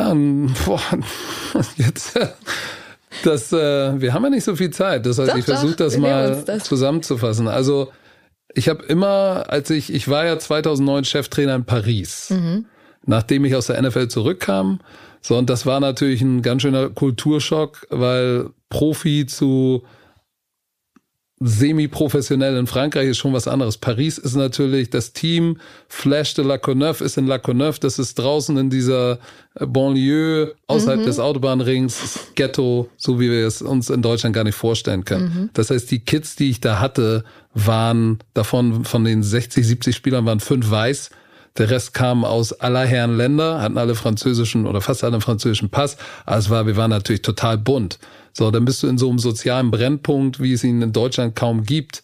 Jetzt... wir haben ja nicht so viel Zeit. Das heißt, ich versuche das mal zusammenzufassen. Also ich habe immer, ich war ja 2009 Cheftrainer in Paris, nachdem ich aus der NFL zurückkam. So, und das war natürlich ein ganz schöner Kulturschock, weil Profi zu semi-professionell in Frankreich ist schon was anderes. Paris ist natürlich das Team, Flèche de la Courneuve ist in La Courneuve, das ist draußen in dieser Banlieue, außerhalb des Autobahnrings, das Ghetto, so wie wir es uns in Deutschland gar nicht vorstellen können. Das heißt, die Kids, die ich da hatte, waren davon, von den 60, 70 Spielern waren 5 weiß. Der Rest kam aus aller Herren Länder, hatten alle französischen oder fast alle einen französischen Pass. Also wir waren natürlich total bunt. So, dann bist du in so einem sozialen Brennpunkt, wie es ihn in Deutschland kaum gibt.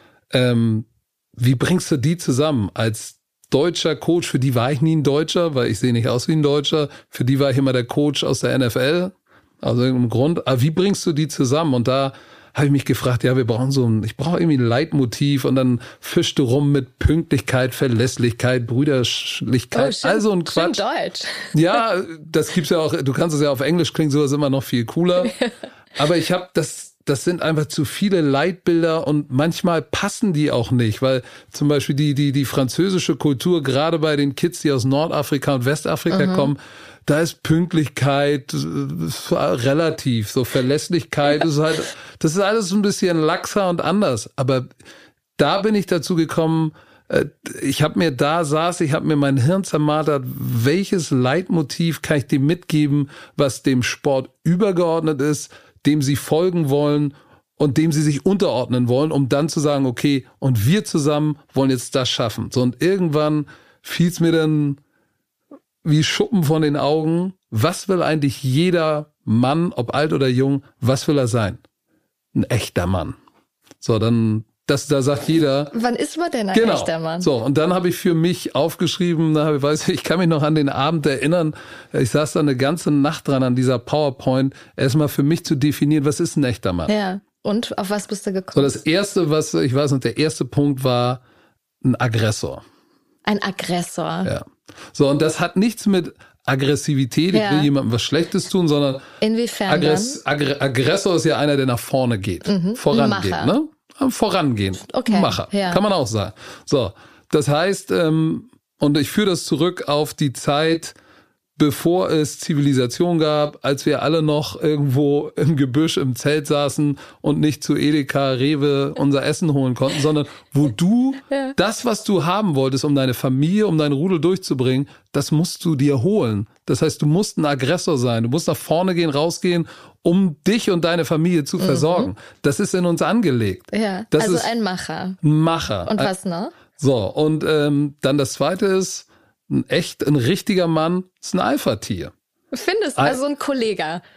Wie bringst du die zusammen? Als deutscher Coach, für die war ich nie ein Deutscher, weil ich sehe nicht aus wie ein Deutscher. Für die war ich immer der Coach aus der NFL, aus irgendeinem Grund. Aber wie bringst du die zusammen? Und da habe ich mich gefragt, ja, ich brauche irgendwie ein Leitmotiv und dann fischst du rum mit Pünktlichkeit, Verlässlichkeit, Brüderlichkeit, also ein Quatsch. Deutsch. Ja, das gibt's ja auch, du kannst es ja auf Englisch, klingt sowas immer noch viel cooler. Aber ich habe das sind einfach zu viele Leitbilder und manchmal passen die auch nicht, weil zum Beispiel die französische Kultur, gerade bei den Kids, die aus Nordafrika und Westafrika kommen, da ist Pünktlichkeit relativ, so Verlässlichkeit ist halt, das ist alles ein bisschen laxer und anders. Aber da bin ich dazu gekommen, ich habe mir mein Hirn zermartert, welches Leitmotiv kann ich dem mitgeben, was dem Sport übergeordnet ist, dem sie folgen wollen und dem sie sich unterordnen wollen, um dann zu sagen, okay, und wir zusammen wollen jetzt das schaffen. So, und irgendwann fiel es mir dann wie Schuppen von den Augen, was will eigentlich jeder Mann, ob alt oder jung, was will er sein? Ein echter Mann. So, dann, da sagt jeder. Wann ist man denn ein echter Mann? So, und dann habe ich für mich aufgeschrieben, ich kann mich noch an den Abend erinnern, ich saß da eine ganze Nacht dran an dieser PowerPoint, erstmal für mich zu definieren, was ist ein echter Mann? Ja, und auf was bist du gekommen? So, das erste, der erste Punkt war ein Aggressor. Ein Aggressor. Ja. So, und das hat nichts mit Aggressivität, ich will jemandem was Schlechtes tun, sondern inwiefern Aggressor ist ja einer, der nach vorne geht, vorangeht, Macher. Ne? Vorangehen. Okay. Macher, kann man auch sagen. So, das heißt, und ich führe das zurück auf die Zeit, bevor es Zivilisation gab, als wir alle noch irgendwo im Gebüsch im Zelt saßen und nicht zu Edeka, Rewe unser Essen holen konnten, sondern wo du das, was du haben wolltest, um deine Familie, um deinen Rudel durchzubringen, das musst du dir holen. Das heißt, du musst ein Aggressor sein. Du musst nach vorne gehen, rausgehen, um dich und deine Familie zu versorgen. Das ist in uns angelegt. Ja, das also ist ein Macher. Ein Macher. Und was noch? So, und dann das Zweite ist, ein richtiger Mann ist ein Alpha-Tier. Findest du, also ein Kollege?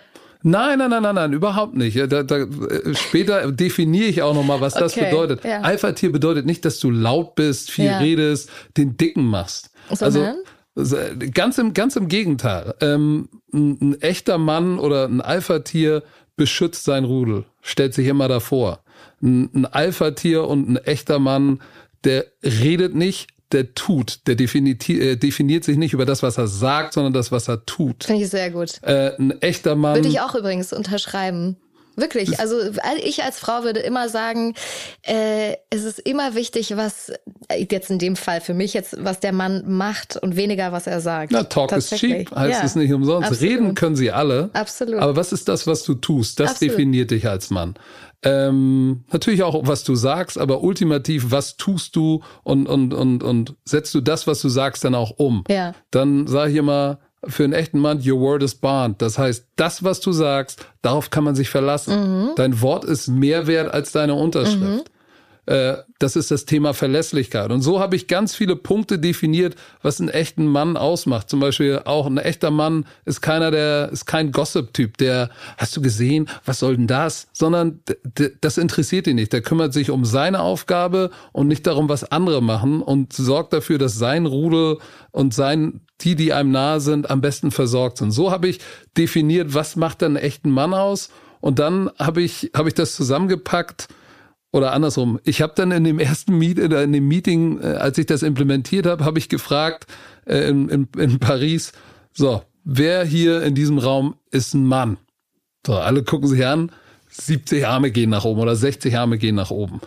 Nein, überhaupt nicht. Später definiere ich auch nochmal, was das bedeutet. Ja. Alpha-Tier bedeutet nicht, dass du laut bist, viel redest, den Dicken machst. Also ganz im Gegenteil. Ein echter Mann oder ein Alpha-Tier beschützt sein Rudel, stellt sich immer davor. Ein Alpha-Tier und ein echter Mann, der redet nicht, der tut. Der definiert sich nicht über das, was er sagt, sondern das, was er tut. Finde ich sehr gut. Ein echter Mann. Würde ich auch übrigens unterschreiben. Wirklich, also ich als Frau würde immer sagen, es ist immer wichtig, was jetzt in dem Fall für mich jetzt, was der Mann macht und weniger, was er sagt. Na, Talk is cheap, heißt es nicht umsonst. Absolut. Reden können sie alle. Absolut. Aber was ist das, was du tust? Das definiert dich als Mann. Natürlich auch, was du sagst, aber ultimativ, was tust du und setzt du das, was du sagst, dann auch um? Ja. Dann sage ich immer, für einen echten Mann, your word is bond. Das heißt, das, was du sagst, darauf kann man sich verlassen. Dein Wort ist mehr wert als deine Unterschrift. Das ist das Thema Verlässlichkeit. Und so habe ich ganz viele Punkte definiert, was einen echten Mann ausmacht. Zum Beispiel auch ein echter Mann ist kein Gossip-Typ, der, hast du gesehen, was soll denn das? Sondern das interessiert ihn nicht. Der kümmert sich um seine Aufgabe und nicht darum, was andere machen und sorgt dafür, dass sein Rudel und die einem nahe sind, am besten versorgt sind. So habe ich definiert, was macht einen echten Mann aus? Und dann habe ich das zusammengepackt. Oder andersrum. Ich habe dann in dem ersten Meeting, als ich das implementiert habe, habe ich gefragt in Paris, so, wer hier in diesem Raum ist ein Mann? So, alle gucken sich an, 70 Arme gehen nach oben oder 60 Arme gehen nach oben.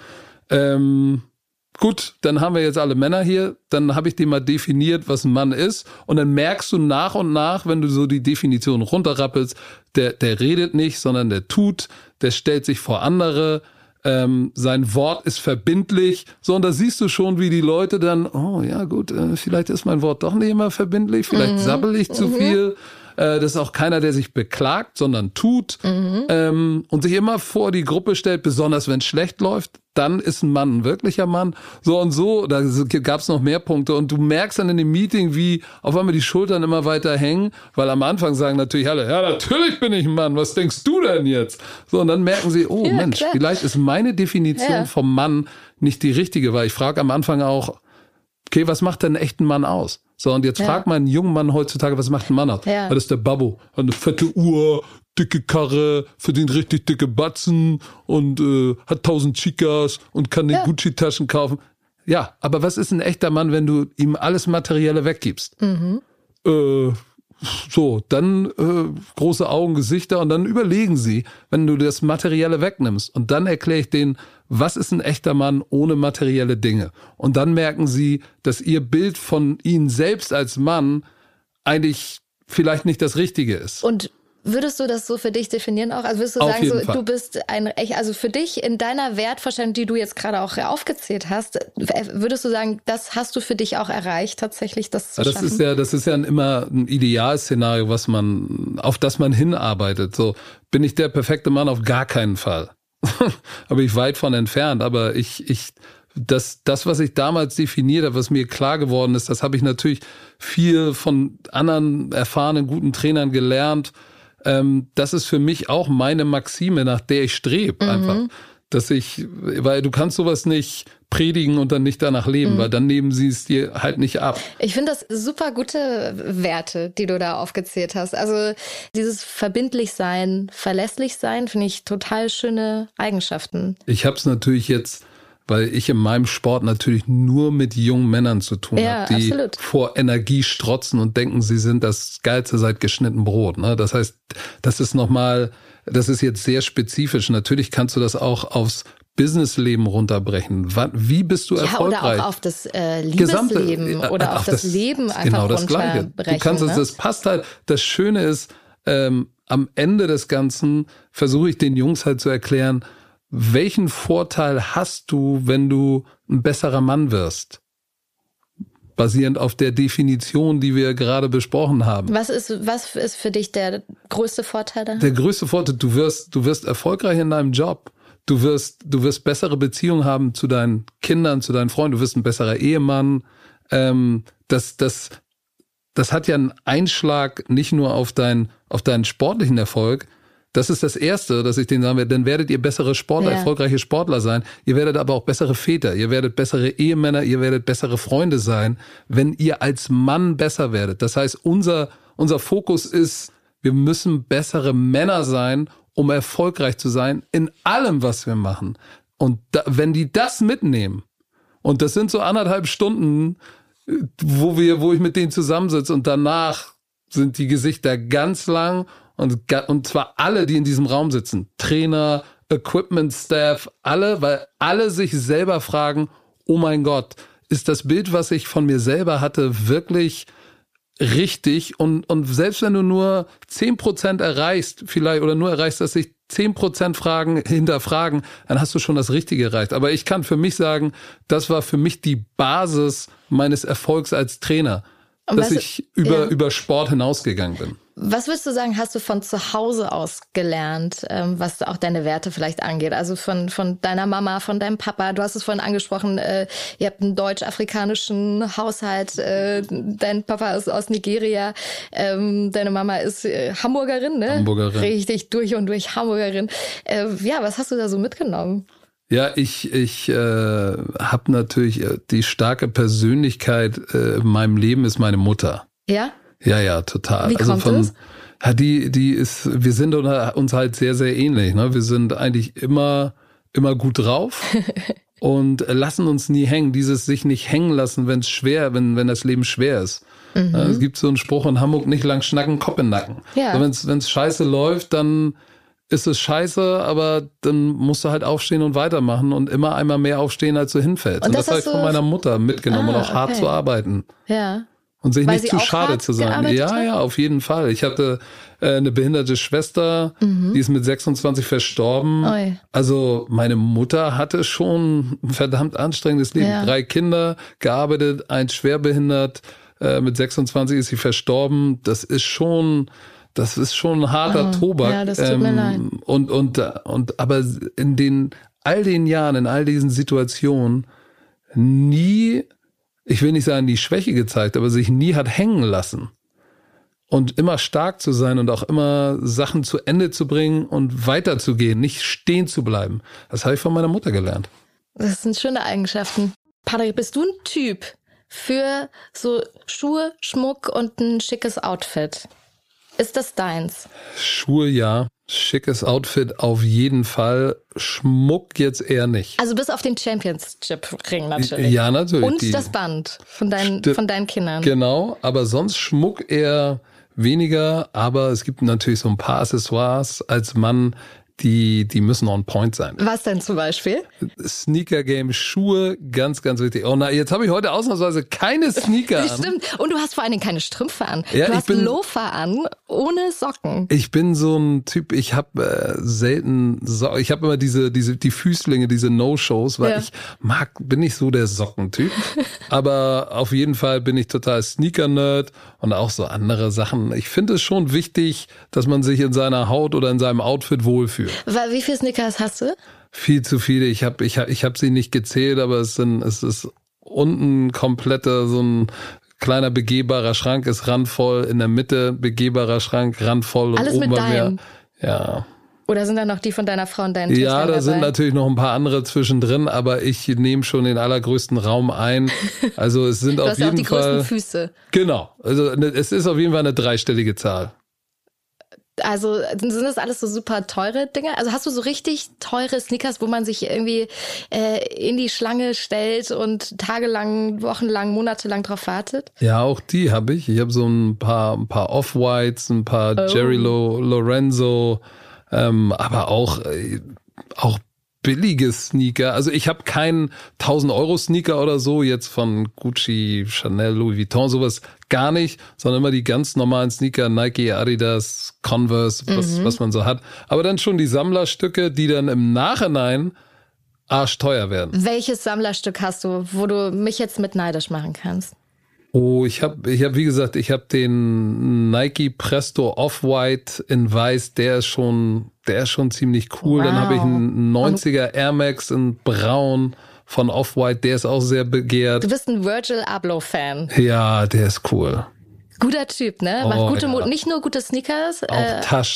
Gut, dann haben wir jetzt alle Männer hier, dann habe ich dir mal definiert, was ein Mann ist und dann merkst du nach und nach, wenn du so die Definition runterrappelst, der redet nicht, sondern der tut, der stellt sich vor andere, sein Wort ist verbindlich. So, und da siehst du schon, wie die Leute dann, oh ja gut, vielleicht ist mein Wort doch nicht immer verbindlich, vielleicht sabbel ich zu viel. Das ist auch keiner, der sich beklagt, sondern tut und sich immer vor die Gruppe stellt, besonders wenn es schlecht läuft. Dann ist ein Mann ein wirklicher Mann. So und so, da gab es noch mehr Punkte. Und du merkst dann in dem Meeting, wie auf einmal die Schultern immer weiter hängen, weil am Anfang sagen natürlich alle, ja, natürlich bin ich ein Mann, was denkst du denn jetzt? So, und dann merken sie, oh ja, Mensch, klar. Vielleicht ist meine Definition vom Mann nicht die richtige, weil ich frage am Anfang auch, okay, was macht denn einen echten Mann aus? So, und jetzt fragt man einen jungen Mann heutzutage, was macht ein Mann aus? Ja. Das ist der Babbo. Hat eine fette Uhr, dicke Karre, verdient richtig dicke Batzen und hat 1000 Chicas und kann den Gucci-Taschen kaufen. Ja, aber was ist ein echter Mann, wenn du ihm alles Materielle weggibst? So, dann große Augen, Gesichter und dann überlegen sie, wenn du das Materielle wegnimmst. Und dann erkläre ich denen, was ist ein echter Mann ohne materielle Dinge? Und dann merken sie, dass ihr Bild von ihnen selbst als Mann eigentlich vielleicht nicht das Richtige ist. Und würdest du das so für dich definieren auch? Also würdest du sagen, so, du bist also für dich in deiner Wertvorstellung, die du jetzt gerade auch aufgezählt hast, würdest du sagen, das hast du für dich auch erreicht, tatsächlich das zu schaffen? Das ist ja immer ein Idealszenario, auf das man hinarbeitet. So, bin ich der perfekte Mann? Auf gar keinen Fall. Aber ich weit von entfernt. Aber das, was ich damals definiert habe, was mir klar geworden ist, das habe ich natürlich viel von anderen erfahrenen, guten Trainern gelernt. Das ist für mich auch meine Maxime, nach der ich strebe, einfach. Weil du kannst sowas nicht predigen und dann nicht danach leben, weil dann nehmen sie es dir halt nicht ab. Ich finde das super gute Werte, die du da aufgezählt hast. Also dieses verbindlich sein, verlässlich sein, finde ich total schöne Eigenschaften. Ich habe es natürlich jetzt, weil ich in meinem Sport natürlich nur mit jungen Männern zu tun habe, die vor Energie strotzen und denken, sie sind das Geilste seit geschnitten Brot. Ne? Das heißt, das ist jetzt sehr spezifisch. Natürlich kannst du das auch aufs Businessleben runterbrechen. Wie bist du erfolgreich? Oder auch auf das Liebesleben oder auf das Leben einfach genau das Gleiche. Du kannst es, das passt halt. Das Schöne ist, am Ende des Ganzen versuche ich den Jungs halt zu erklären, welchen Vorteil hast du, wenn du ein besserer Mann wirst? Basierend auf der Definition, die wir gerade besprochen haben. Was ist für dich der größte Vorteil da? Der größte Vorteil, du wirst erfolgreich in deinem Job. Du wirst bessere Beziehungen haben zu deinen Kindern, zu deinen Freunden. Du wirst ein besserer Ehemann. Das hat ja einen Einschlag nicht nur auf deinen sportlichen Erfolg. Das ist das Erste, dass ich denen sagen werde, dann werdet ihr bessere Sportler, erfolgreiche Sportler sein. Ihr werdet aber auch bessere Väter, ihr werdet bessere Ehemänner, ihr werdet bessere Freunde sein, wenn ihr als Mann besser werdet. Das heißt, unser Fokus ist, wir müssen bessere Männer sein, um erfolgreich zu sein in allem, was wir machen. Und wenn die das mitnehmen, und das sind so 1,5 Stunden, wo ich mit denen zusammensitze und danach sind die Gesichter ganz lang und zwar alle, die in diesem Raum sitzen. Trainer, Equipment Staff, alle, weil alle sich selber fragen, oh mein Gott, ist das Bild, was ich von mir selber hatte, wirklich richtig? Und selbst wenn du nur 10% erreichst, vielleicht, oder nur erreichst, dass sich 10% hinterfragen, dann hast du schon das Richtige erreicht. Aber ich kann für mich sagen, das war für mich die Basis meines Erfolgs als Trainer, dass ich über Sport hinausgegangen bin. Was würdest du sagen, hast du von zu Hause aus gelernt, was auch deine Werte vielleicht angeht? Also von deiner Mama, von deinem Papa. Du hast es vorhin angesprochen, ihr habt einen deutsch-afrikanischen Haushalt. Dein Papa ist aus Nigeria. Deine Mama ist Hamburgerin, ne? Hamburgerin. Richtig durch und durch Hamburgerin. Was hast du da so mitgenommen? Ja, ich habe natürlich die starke Persönlichkeit in meinem Leben ist meine Mutter. Ja? Ja, total. Wie kommt das? Ja, wir sind uns halt sehr, sehr ähnlich. Ne? Wir sind eigentlich immer gut drauf und lassen uns nie hängen. Dieses sich nicht hängen lassen, wenn das Leben schwer ist. Mhm. Es gibt so einen Spruch in Hamburg, nicht lang schnacken, Kopf in den Nacken. Ja. Also wenn's scheiße läuft, dann ist es scheiße, aber dann musst du halt aufstehen und weitermachen und immer einmal mehr aufstehen, als du hinfällst. Und das habe ich von meiner Mutter mitgenommen und auch hart zu arbeiten. Ja. Und sich nicht zu schade zu sein. Ja, auf jeden Fall. Ich hatte eine behinderte Schwester, die ist mit 26 verstorben. Oi. Also meine Mutter hatte schon ein verdammt anstrengendes Leben. Ja. 3 Kinder, gearbeitet, 1 schwerbehindert. Mit 26 ist sie verstorben. Das ist schon ein harter Tobak. Ja, das tut mir leid. Aber in all den Jahren, in all diesen Situationen nie, ich will nicht sagen, die Schwäche gezeigt, aber sich nie hat hängen lassen. Und immer stark zu sein und auch immer Sachen zu Ende zu bringen und weiterzugehen, nicht stehen zu bleiben. Das habe ich von meiner Mutter gelernt. Das sind schöne Eigenschaften. Patrick, bist du ein Typ für so Schuhe, Schmuck und ein schickes Outfit? Ist das deins? Schuhe ja, schickes Outfit auf jeden Fall, Schmuck jetzt eher nicht. Also bis auf den Championship-Ring natürlich. Ja, natürlich. Und das Band von deinen Kindern. Genau, aber sonst Schmuck eher weniger, aber es gibt natürlich so ein paar Accessoires als Mann, die müssen on point sein. Was denn zum Beispiel? Sneaker-Game, Schuhe, ganz, ganz wichtig. Oh na, jetzt habe ich heute ausnahmsweise keine Sneaker an. Stimmt. Und du hast vor allen Dingen keine Strümpfe an. Ja, du hast Loafer an, ohne Socken. Ich bin so ein Typ, ich habe selten Socken. Ich habe immer die Füßlinge, diese No-Shows, weil ich bin nicht so der Sockentyp. Aber auf jeden Fall bin ich total Sneaker-Nerd und auch so andere Sachen. Ich finde es schon wichtig, dass man sich in seiner Haut oder in seinem Outfit wohlfühlt. Wie viele Sneakers hast du? Viel zu viele. Ich hab sie nicht gezählt, aber es ist unten kompletter, so ein kleiner begehbarer Schrank ist randvoll, in der Mitte begehbarer Schrank, randvoll. Alles und oben mit bei mir. deinen? Ja. Oder sind da noch die von deiner Frau und deinen Töchtern Ja, da dabei? sind natürlich noch ein paar andere zwischendrin, aber ich nehme schon den allergrößten Raum ein. Also es sind auf jeden Fall... Du hast auch die größten Füße. Genau. Also es ist auf jeden Fall eine 3-stellige Zahl. Also sind das alles so super teure Dinge? Also hast du so richtig teure Sneakers, wo man sich irgendwie in die Schlange stellt und tagelang, wochenlang, monatelang drauf wartet? Ja, auch die habe ich. Ich habe so ein paar Off-Whites, ein paar Jerry Lorenzo, aber auch billige Sneaker. Also ich habe keinen 1.000-Euro-Sneaker oder so, jetzt von Gucci, Chanel, Louis Vuitton, sowas gar nicht, sondern immer die ganz normalen Sneaker, Nike, Adidas, Converse, was man so hat. Aber dann schon die Sammlerstücke, die dann im Nachhinein arschteuer werden. Welches Sammlerstück hast du, wo du mich jetzt mit neidisch machen kannst? Oh, ich hab wie gesagt, ich habe den Nike Presto Off-White in Weiß, der ist schon ziemlich cool. Wow. Dann habe ich einen 90er Air Max in Braun von Off-White, der ist auch sehr begehrt. Du bist ein Virgil Abloh-Fan. Ja, der ist cool. Guter Typ, ne? Macht gute Mode, nicht nur gute Sneakers. Auch Taschen.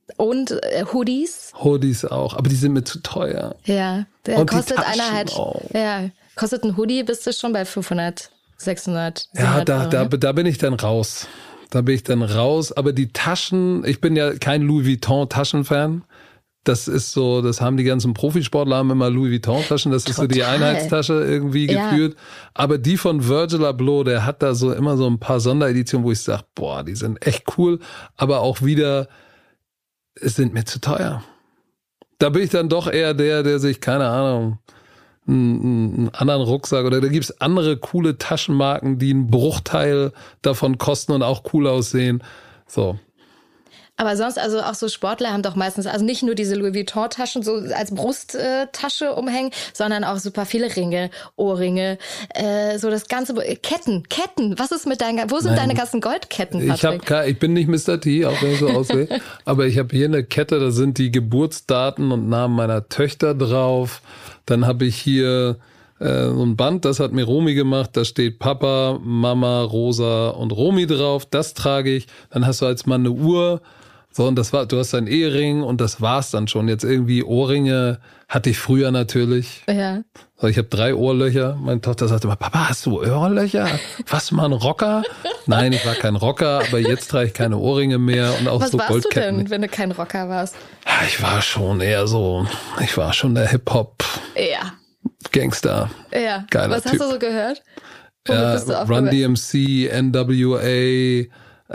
Und Hoodies? Hoodies auch, aber die sind mir zu teuer. Ja, der und kostet die Taschen einer halt. auch. Ja, kostet ein Hoodie, bist du schon bei 500, 600, 700 Ja, Euro. da bin ich dann raus. Aber die Taschen, ich bin ja kein Louis Vuitton-Taschenfan. Das ist so, das haben die ganzen Profisportler haben immer Louis Vuitton-Taschen. Das ist so die Einheitstasche irgendwie gefühlt. Aber die von Virgil Abloh, der hat da so immer so ein paar Sondereditionen, wo ich sage, boah, die sind echt cool. Aber auch wieder, es sind mir zu teuer. Da bin ich dann doch eher der sich, keine Ahnung, einen anderen Rucksack oder da gibt's andere coole Taschenmarken, die einen Bruchteil davon kosten und auch cool aussehen. So. Aber sonst, also auch so Sportler haben doch meistens, also nicht nur diese Louis Vuitton-Taschen so als Brusttasche umhängen, sondern auch super viele Ringe, Ohrringe, so das ganze, Ketten. Was ist mit deinen, wo sind deine ganzen Goldketten, Patrick? Ich bin nicht Mr. T, auch wenn ich so aussehe, aber ich habe hier eine Kette, da sind die Geburtsdaten und Namen meiner Töchter drauf. Dann habe ich hier so ein Band, das hat mir Romy gemacht, da steht Papa, Mama, Rosa und Romy drauf, das trage ich. Dann hast du als Mann eine Uhr. So, und du hast einen Ehering und das war's dann schon. Jetzt irgendwie Ohrringe hatte ich früher natürlich. Ja. So, ich habe 3 Ohrlöcher. Meine Tochter sagte immer, Papa, hast du Ohrlöcher? Was, mal ein Rocker? Nein, ich war kein Rocker, aber jetzt trage ich keine Ohrringe mehr und auch Was so warst Goldketten. du denn, wenn du kein Rocker warst? Ich war schon der Hip-Hop. Ja. Gangster. Ja. Geiler Was Typ. hast du so gehört? Womit bist du Run aufgewachsen? DMC, NWA,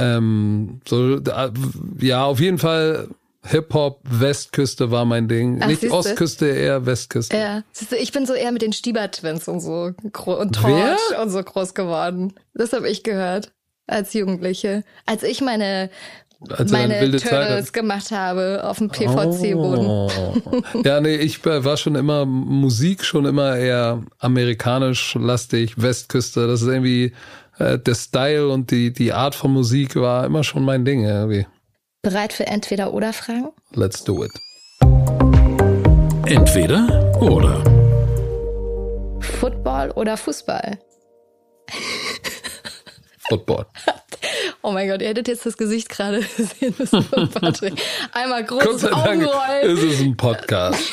auf jeden Fall Hip-Hop, Westküste war mein Ding. Ach, Nicht siehste? Ostküste, eher Westküste. Ja. Siehst du, ich bin so eher mit den Stieber-Twins und so und Wer? Torch und so groß geworden. Das habe ich gehört als Jugendliche. Als ich meine wilde Zeit Turtles gemacht habe auf dem PVC-Boden. Ja, nee, ich war schon immer eher amerikanisch lastig, Westküste. Das ist irgendwie der Style und die Art von Musik war immer schon mein Ding irgendwie. Bereit für Entweder-oder-Fragen? Let's do it. Entweder oder. Football oder Fußball? Football. Oh mein Gott, ihr hättet jetzt das Gesicht gerade sehen müssen von Patrick. Einmal Gott großes sei Dank Augenrollen. ist es ein Podcast.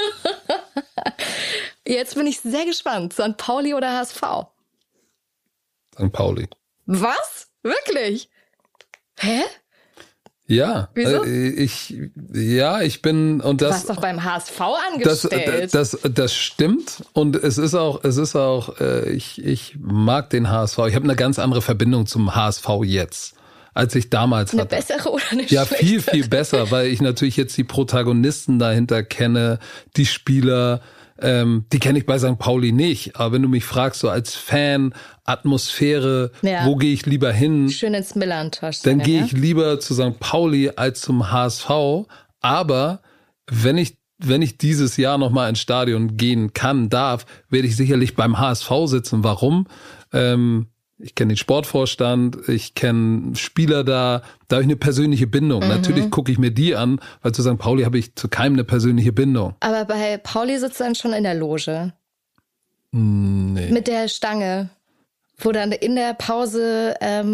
Jetzt bin ich sehr gespannt. St. Pauli oder HSV? St. Pauli. Was? Wirklich? Hä? Ja. Wieso? Ich bin und Du das. warst doch beim HSV angestellt. Das stimmt und es ist auch. Ich mag den HSV. Ich habe eine ganz andere Verbindung zum HSV jetzt, als ich damals eine hatte. bessere oder eine Ja, schlechtere? viel besser, weil ich natürlich jetzt die Protagonisten dahinter kenne, die Spieler, die kenne ich bei St. Pauli nicht. Aber wenn du mich fragst, so als Fan, Atmosphäre, Ja. wo gehe ich lieber hin? Schön ins Millern-Tosch. Dann gehe ich lieber zu St. Pauli als zum HSV. Aber wenn ich dieses Jahr nochmal ins Stadion gehen darf, werde ich sicherlich beim HSV sitzen. Warum? Ich kenne den Sportvorstand, ich kenne Spieler da habe ich eine persönliche Bindung. Natürlich gucke ich mir die an, weil zu St. Pauli habe ich zu keinem eine persönliche Bindung. Aber bei Pauli sitzt du dann schon in der Loge. Nee. Mit der Stange. Wo dann in der Pause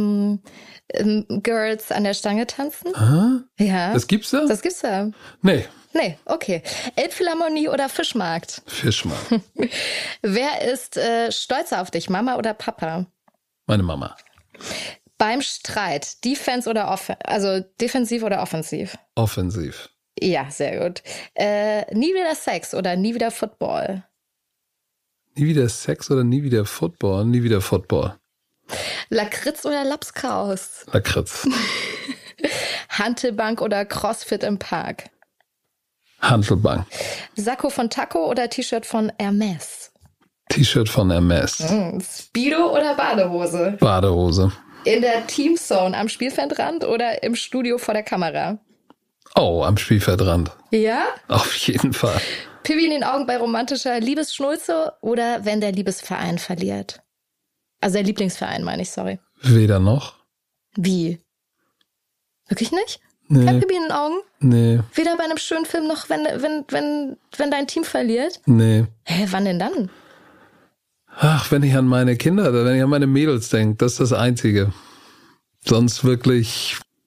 Girls an der Stange tanzen? Aha. Ja. Das gibt's da? Das gibt's da. Nee. Nee, okay. Elbphilharmonie oder Fischmarkt? Fischmarkt. Wer ist stolzer auf dich, Mama oder Papa? Meine Mama. Beim Streit, Defense oder also defensiv oder offensiv? Offensiv. Ja, sehr gut. Nie wieder Sex oder nie wieder Football? Nie wieder Sex oder nie wieder Football? Nie wieder Football. Lakritz oder Lapskaus? Lakritz. Hantelbank oder Crossfit im Park? Hantelbank. Sakko von Taco oder T-Shirt von Hermes? T-Shirt von Hermes. Speedo oder Badehose? Badehose. In der Teamzone am Spielfeldrand oder im Studio vor der Kamera? Oh, am Spielfeldrand. Ja? Auf jeden Fall. Pipi in den Augen bei romantischer Liebesschnulze oder wenn der Liebesverein verliert? Also der Lieblingsverein, meine ich, sorry. Weder noch. Wie? Wirklich nicht? Nee. Kein Pipi in den Augen? Nee. Weder bei einem schönen Film noch wenn dein Team verliert? Nee. Hä, wann denn dann? Ach, wenn ich an meine Kinder, wenn ich an meine Mädels denke, das ist das Einzige. Sonst wirklich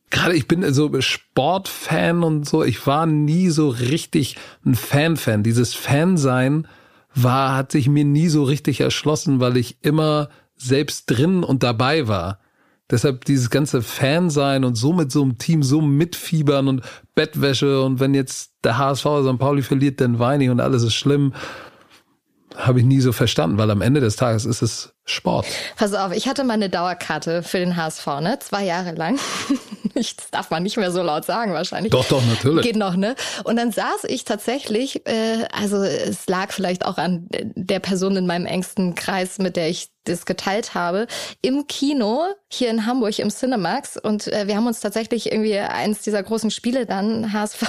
gerade ich bin so Sportfan und so, ich war nie so richtig ein Fan. Dieses Fansein hat sich mir nie so richtig erschlossen, weil ich immer selbst drin und dabei war. Deshalb dieses ganze Fansein und so mit so einem Team so mitfiebern und Bettwäsche und wenn jetzt der HSV St. Pauli verliert, dann weine ich und alles ist schlimm. Habe ich nie so verstanden, weil am Ende des Tages ist es Sport. Pass auf, ich hatte mal eine Dauerkarte für den HSV, ne? 2 Jahre lang. Das darf man nicht mehr so laut sagen wahrscheinlich. Doch, natürlich. Geht noch, ne? Und dann saß ich tatsächlich, also es lag vielleicht auch an der Person in meinem engsten Kreis, mit der ich das geteilt habe, im Kino hier in Hamburg im Cinemax. Und wir haben uns tatsächlich irgendwie eins dieser großen Spiele dann, HSV...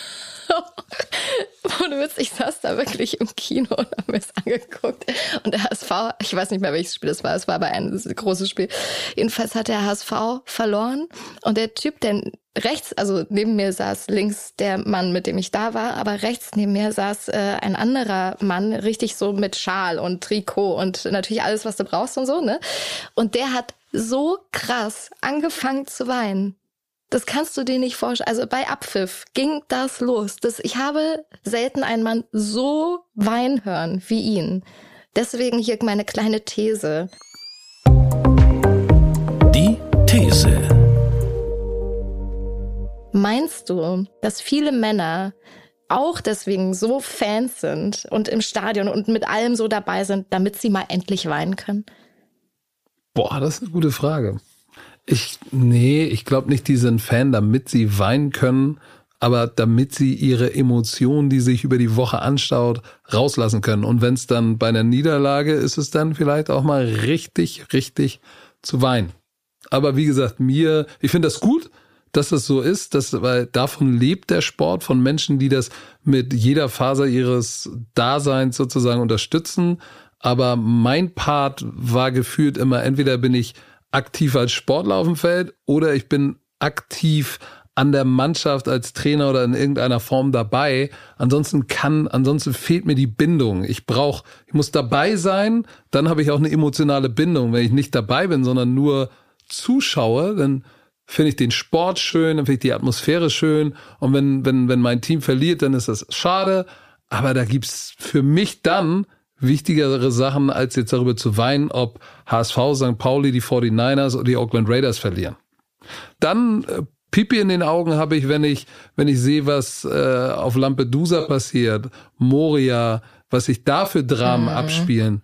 Ohne Witz, ich saß da wirklich im Kino und habe mir das angeguckt. Und der HSV, ich weiß nicht mehr, welches Spiel es war aber ein großes Spiel. Jedenfalls hat der HSV verloren und der Typ, der rechts, also neben mir saß links der Mann, mit dem ich da war, aber rechts neben mir saß ein anderer Mann, richtig so mit Schal und Trikot und natürlich alles, was du brauchst und so, ne? Und der hat so krass angefangen zu weinen. Das kannst du dir nicht vorstellen. Also bei Abpfiff ging das los. Ich habe selten einen Mann so weinen hören wie ihn. Deswegen hier meine kleine These. Die These. Meinst du, dass viele Männer auch deswegen so Fans sind und im Stadion und mit allem so dabei sind, damit sie mal endlich weinen können? Boah, das ist eine gute Frage. Ich glaube nicht, die sind Fan, damit sie weinen können, aber damit sie ihre Emotionen, die sich über die Woche anstaut, rauslassen können. Und wenn es dann bei einer Niederlage ist, es dann vielleicht auch mal richtig, richtig zu weinen. Aber wie gesagt, ich finde das gut, dass das so ist, weil davon lebt der Sport, von Menschen, die das mit jeder Faser ihres Daseins sozusagen unterstützen. Aber mein Part war gefühlt immer, entweder bin ich aktiv als Sportler auf dem Feld oder ich bin aktiv an der Mannschaft als Trainer oder in irgendeiner Form dabei. Ansonsten fehlt mir die Bindung. Ich muss dabei sein, dann habe ich auch eine emotionale Bindung. Wenn ich nicht dabei bin, sondern nur zuschaue, dann finde ich den Sport schön, dann finde ich die Atmosphäre schön. Und wenn mein Team verliert, dann ist das schade. Aber da gibt's für mich dann wichtigere Sachen, als jetzt darüber zu weinen, ob HSV, St. Pauli, die 49ers oder die Oakland Raiders verlieren. Dann Pipi in den Augen habe ich, wenn ich sehe, was auf Lampedusa passiert, Moria, was sich da für Dramen abspielen,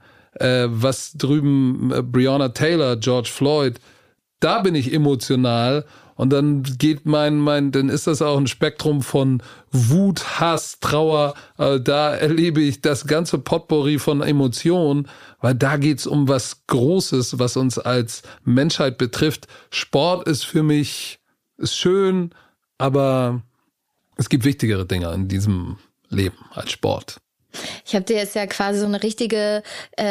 was drüben Breonna Taylor, George Floyd, da bin ich emotional. Und dann geht dann ist das auch ein Spektrum von Wut, Hass, Trauer. Da erlebe ich das ganze Potpourri von Emotionen, weil da geht's um was Großes, was uns als Menschheit betrifft. Sport ist für mich, ist schön, aber es gibt wichtigere Dinge in diesem Leben als Sport. Ich habe dir jetzt ja quasi so eine richtige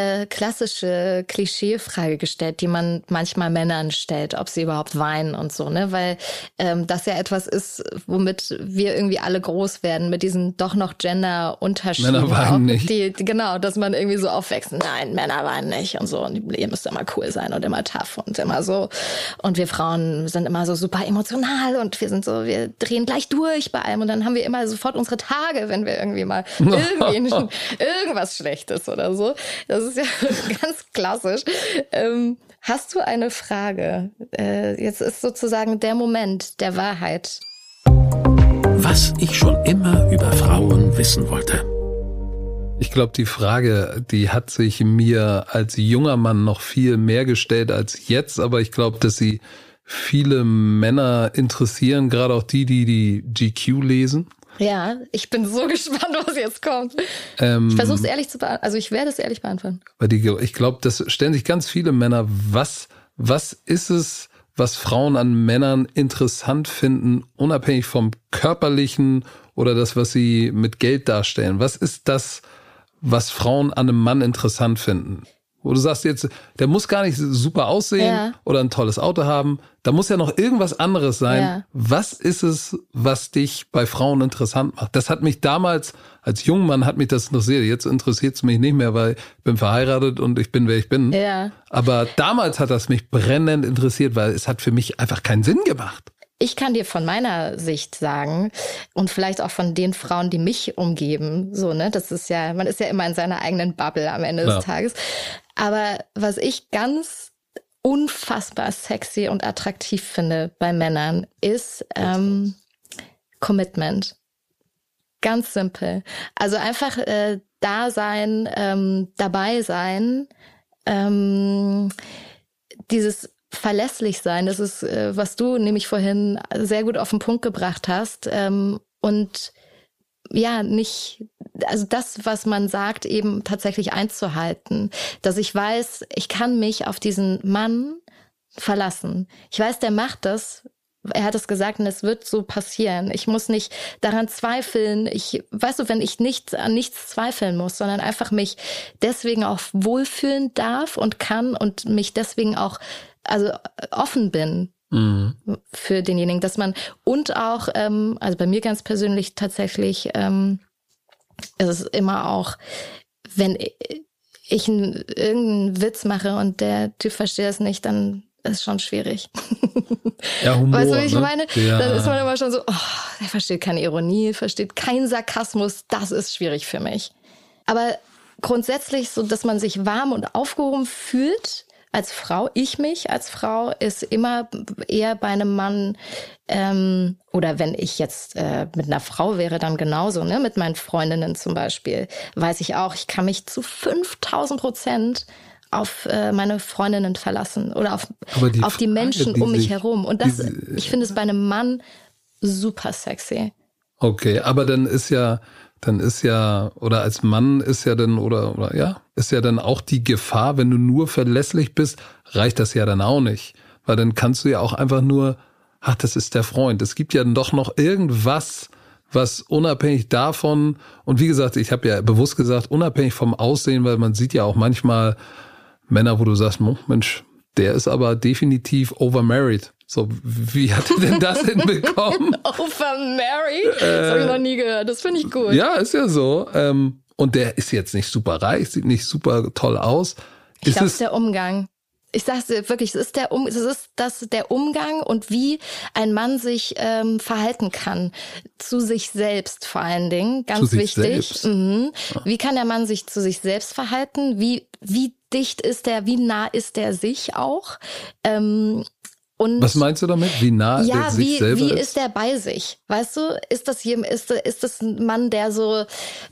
klassische Klischeefrage gestellt, die man manchmal Männern stellt, ob sie überhaupt weinen und so, ne? Weil das ja etwas ist, womit wir irgendwie alle groß werden, mit diesen doch noch Gender-Unterschieden. Männer weinen nicht. Genau, dass man irgendwie so aufwächst, nein, Männer weinen nicht und so. Und ihr müsst immer cool sein und immer tough und immer so. Und wir Frauen sind immer so super emotional und wir drehen gleich durch bei allem und dann haben wir immer sofort unsere Tage, wenn wir irgendwie mal irgendwas Schlechtes oder so. Das ist ja ganz klassisch. Hast du eine Frage? Jetzt ist sozusagen der Moment der Wahrheit. Was ich schon immer über Frauen wissen wollte. Ich glaube, die Frage, die hat sich mir als junger Mann noch viel mehr gestellt als jetzt, aber ich glaube, dass sie viele Männer interessieren, gerade auch die GQ lesen. Ja, ich bin so gespannt, was jetzt kommt. Ich versuche es ehrlich zu beantworten. Also ich werde es ehrlich beantworten. Ich glaube, das stellen sich ganz viele Männer. Was ist es, was Frauen an Männern interessant finden, unabhängig vom Körperlichen oder das, was sie mit Geld darstellen? Was ist das, was Frauen an einem Mann interessant finden? Wo du sagst jetzt, der muss gar nicht super aussehen oder ein tolles Auto haben. Da muss ja noch irgendwas anderes sein. Ja. Was ist es, was dich bei Frauen interessant macht? Das hat mich damals, als junger Mann hat mich das interessiert. Jetzt interessiert es mich nicht mehr, weil ich bin verheiratet und ich bin, wer ich bin. Ja. Aber damals hat das mich brennend interessiert, weil es hat für mich einfach keinen Sinn gemacht. ich kann dir von meiner Sicht sagen und vielleicht auch von den Frauen, die mich umgeben, so, ne, das ist ja, man ist ja immer in seiner eigenen Bubble am Ende des Tages. Aber was ich ganz unfassbar sexy und attraktiv finde bei Männern ist Commitment. Ganz simpel. Also einfach da sein, dabei sein, dieses verlässlich sein, das ist, was du nämlich vorhin sehr gut auf den Punkt gebracht hast. Und ja, nicht, also das, was man sagt, eben tatsächlich einzuhalten. Dass ich weiß, ich kann mich auf diesen Mann verlassen. Ich weiß, der macht das. Er hat es gesagt und es wird so passieren. Ich muss nicht daran zweifeln. Weißt du, wenn ich an nichts zweifeln muss, sondern einfach mich deswegen auch wohlfühlen darf und kann und mich deswegen auch, also offen bin für denjenigen, dass man und auch, also bei mir ganz persönlich tatsächlich, ist es immer auch, wenn ich irgendeinen Witz mache und der Typ versteht es nicht, dann ist schon schwierig. Ja, Humor, weißt du, wie ich meine? Ja. Dann ist man immer schon so, er versteht keine Ironie, versteht keinen Sarkasmus, das ist schwierig für mich. Aber grundsätzlich so, dass man sich warm und aufgehoben fühlt als Frau, ich mich als Frau, ist immer eher bei einem Mann, oder wenn ich jetzt mit einer Frau wäre, dann genauso, ne, mit meinen Freundinnen zum Beispiel, weiß ich auch, ich kann mich zu 5000% auf meine Freundinnen verlassen oder auf die Menschen um mich herum. Und das, ich finde es bei einem Mann super sexy. Okay, aber dann ist ja, oder als Mann ist ja dann, ist ja dann auch die Gefahr, wenn du nur verlässlich bist, reicht das ja dann auch nicht. Weil dann kannst du ja auch einfach nur, das ist der Freund. Es gibt ja dann doch noch irgendwas, was unabhängig davon, und wie gesagt, ich habe ja bewusst gesagt, unabhängig vom Aussehen, weil man sieht ja auch manchmal Männer, wo du sagst, Mensch, der ist aber definitiv overmarried. So, wie hat er denn das hinbekommen? Overmarried? Das habe ich noch nie gehört. Das finde ich gut. Ja, ist ja so. Und der ist jetzt nicht super reich, sieht nicht super toll aus. Ich glaube, es ist der Umgang. Ich sag's dir wirklich, es ist der Umgang und wie ein Mann sich verhalten kann. Zu sich selbst vor allen Dingen, ganz wichtig. Wie kann der Mann sich zu sich selbst verhalten? Wie dicht ist der, wie nah ist der sich auch? Und was meinst du damit? Wie nah der sich selber ist? Wie ist der bei sich? Weißt du, ist das ein Mann, der so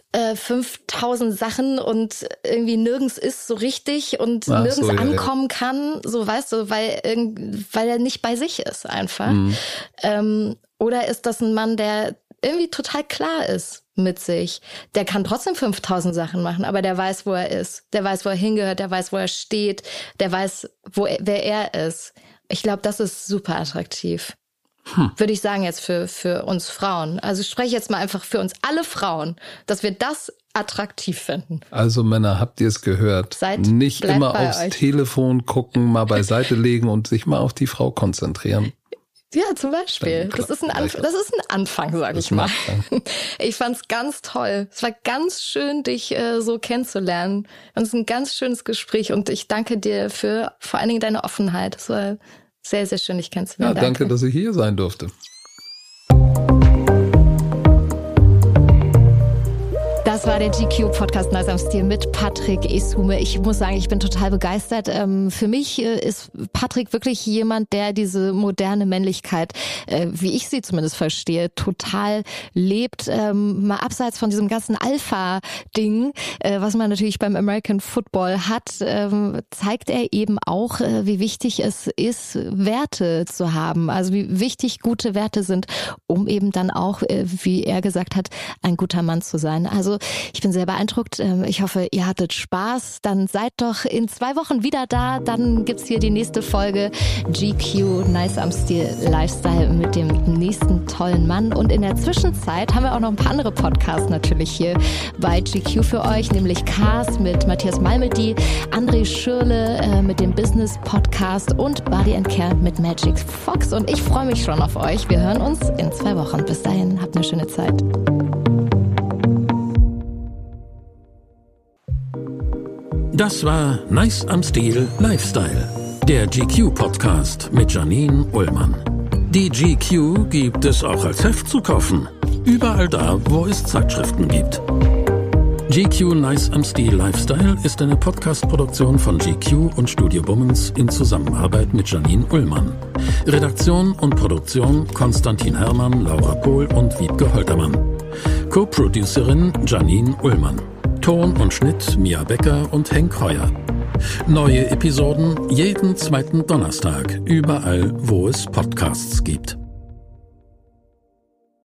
5000 Sachen und irgendwie nirgends ist so richtig und nirgends ankommen kann, so, weißt du, weil er nicht bei sich ist einfach. Oder ist das ein Mann, der irgendwie total klar ist mit sich? Der kann trotzdem 5000 Sachen machen, aber der weiß, wo er ist. Der weiß, wo er hingehört, der weiß, wo er steht, der weiß, wer er ist. Ich glaube, das ist super attraktiv. Würde ich sagen jetzt für uns Frauen. Also ich spreche jetzt mal einfach für uns alle Frauen, dass wir das attraktiv finden. Also Männer, habt ihr es gehört? Nicht immer aufs Telefon gucken, mal beiseite legen und sich mal auf die Frau konzentrieren. Ja, zum Beispiel. Das ist ein Anfang, sag ich mal. Ich fand's ganz toll. Es war ganz schön, dich so kennenzulernen. Und es ist ein ganz schönes Gespräch und ich danke dir für vor allen Dingen deine Offenheit. Es war sehr, sehr schön, dich kennenzulernen. Ja, danke, dass ich hier sein durfte. Das war der GQ-Podcast Nice am Stil mit Patrick Eshume. Ich muss sagen, ich bin total begeistert. Für mich ist Patrick wirklich jemand, der diese moderne Männlichkeit, wie ich sie zumindest verstehe, total lebt. Mal abseits von diesem ganzen Alpha-Ding, was man natürlich beim American Football hat, zeigt er eben auch, wie wichtig es ist, Werte zu haben. Also wie wichtig gute Werte sind, um eben dann auch, wie er gesagt hat, ein guter Mann zu sein. Also ich bin sehr beeindruckt. Ich hoffe, ihr hattet Spaß. Dann seid doch in 2 Wochen wieder da. Dann gibt's hier die nächste Folge GQ Nice am Stil Lifestyle mit dem nächsten tollen Mann. Und in der Zwischenzeit haben wir auch noch ein paar andere Podcasts natürlich hier bei GQ für euch, nämlich Cars mit Matthias Malmedy, André Schürle mit dem Business Podcast und Body & Care mit Magic Fox. Und ich freue mich schon auf euch. Wir hören uns in 2 Wochen. Bis dahin, habt eine schöne Zeit. Das war Nice am Stil Lifestyle, der GQ-Podcast mit Janine Ullmann. Die GQ gibt es auch als Heft zu kaufen. Überall da, wo es Zeitschriften gibt. GQ Nice am Stil Lifestyle ist eine Podcast-Produktion von GQ und Studio Bummens in Zusammenarbeit mit Janine Ullmann. Redaktion und Produktion Konstantin Herrmann, Laura Pohl und Wiebke Holtermann. Co-Producerin Janine Ullmann. Ton und Schnitt Mia Becker und Henk Heuer. Neue Episoden jeden zweiten Donnerstag, überall, wo es Podcasts gibt.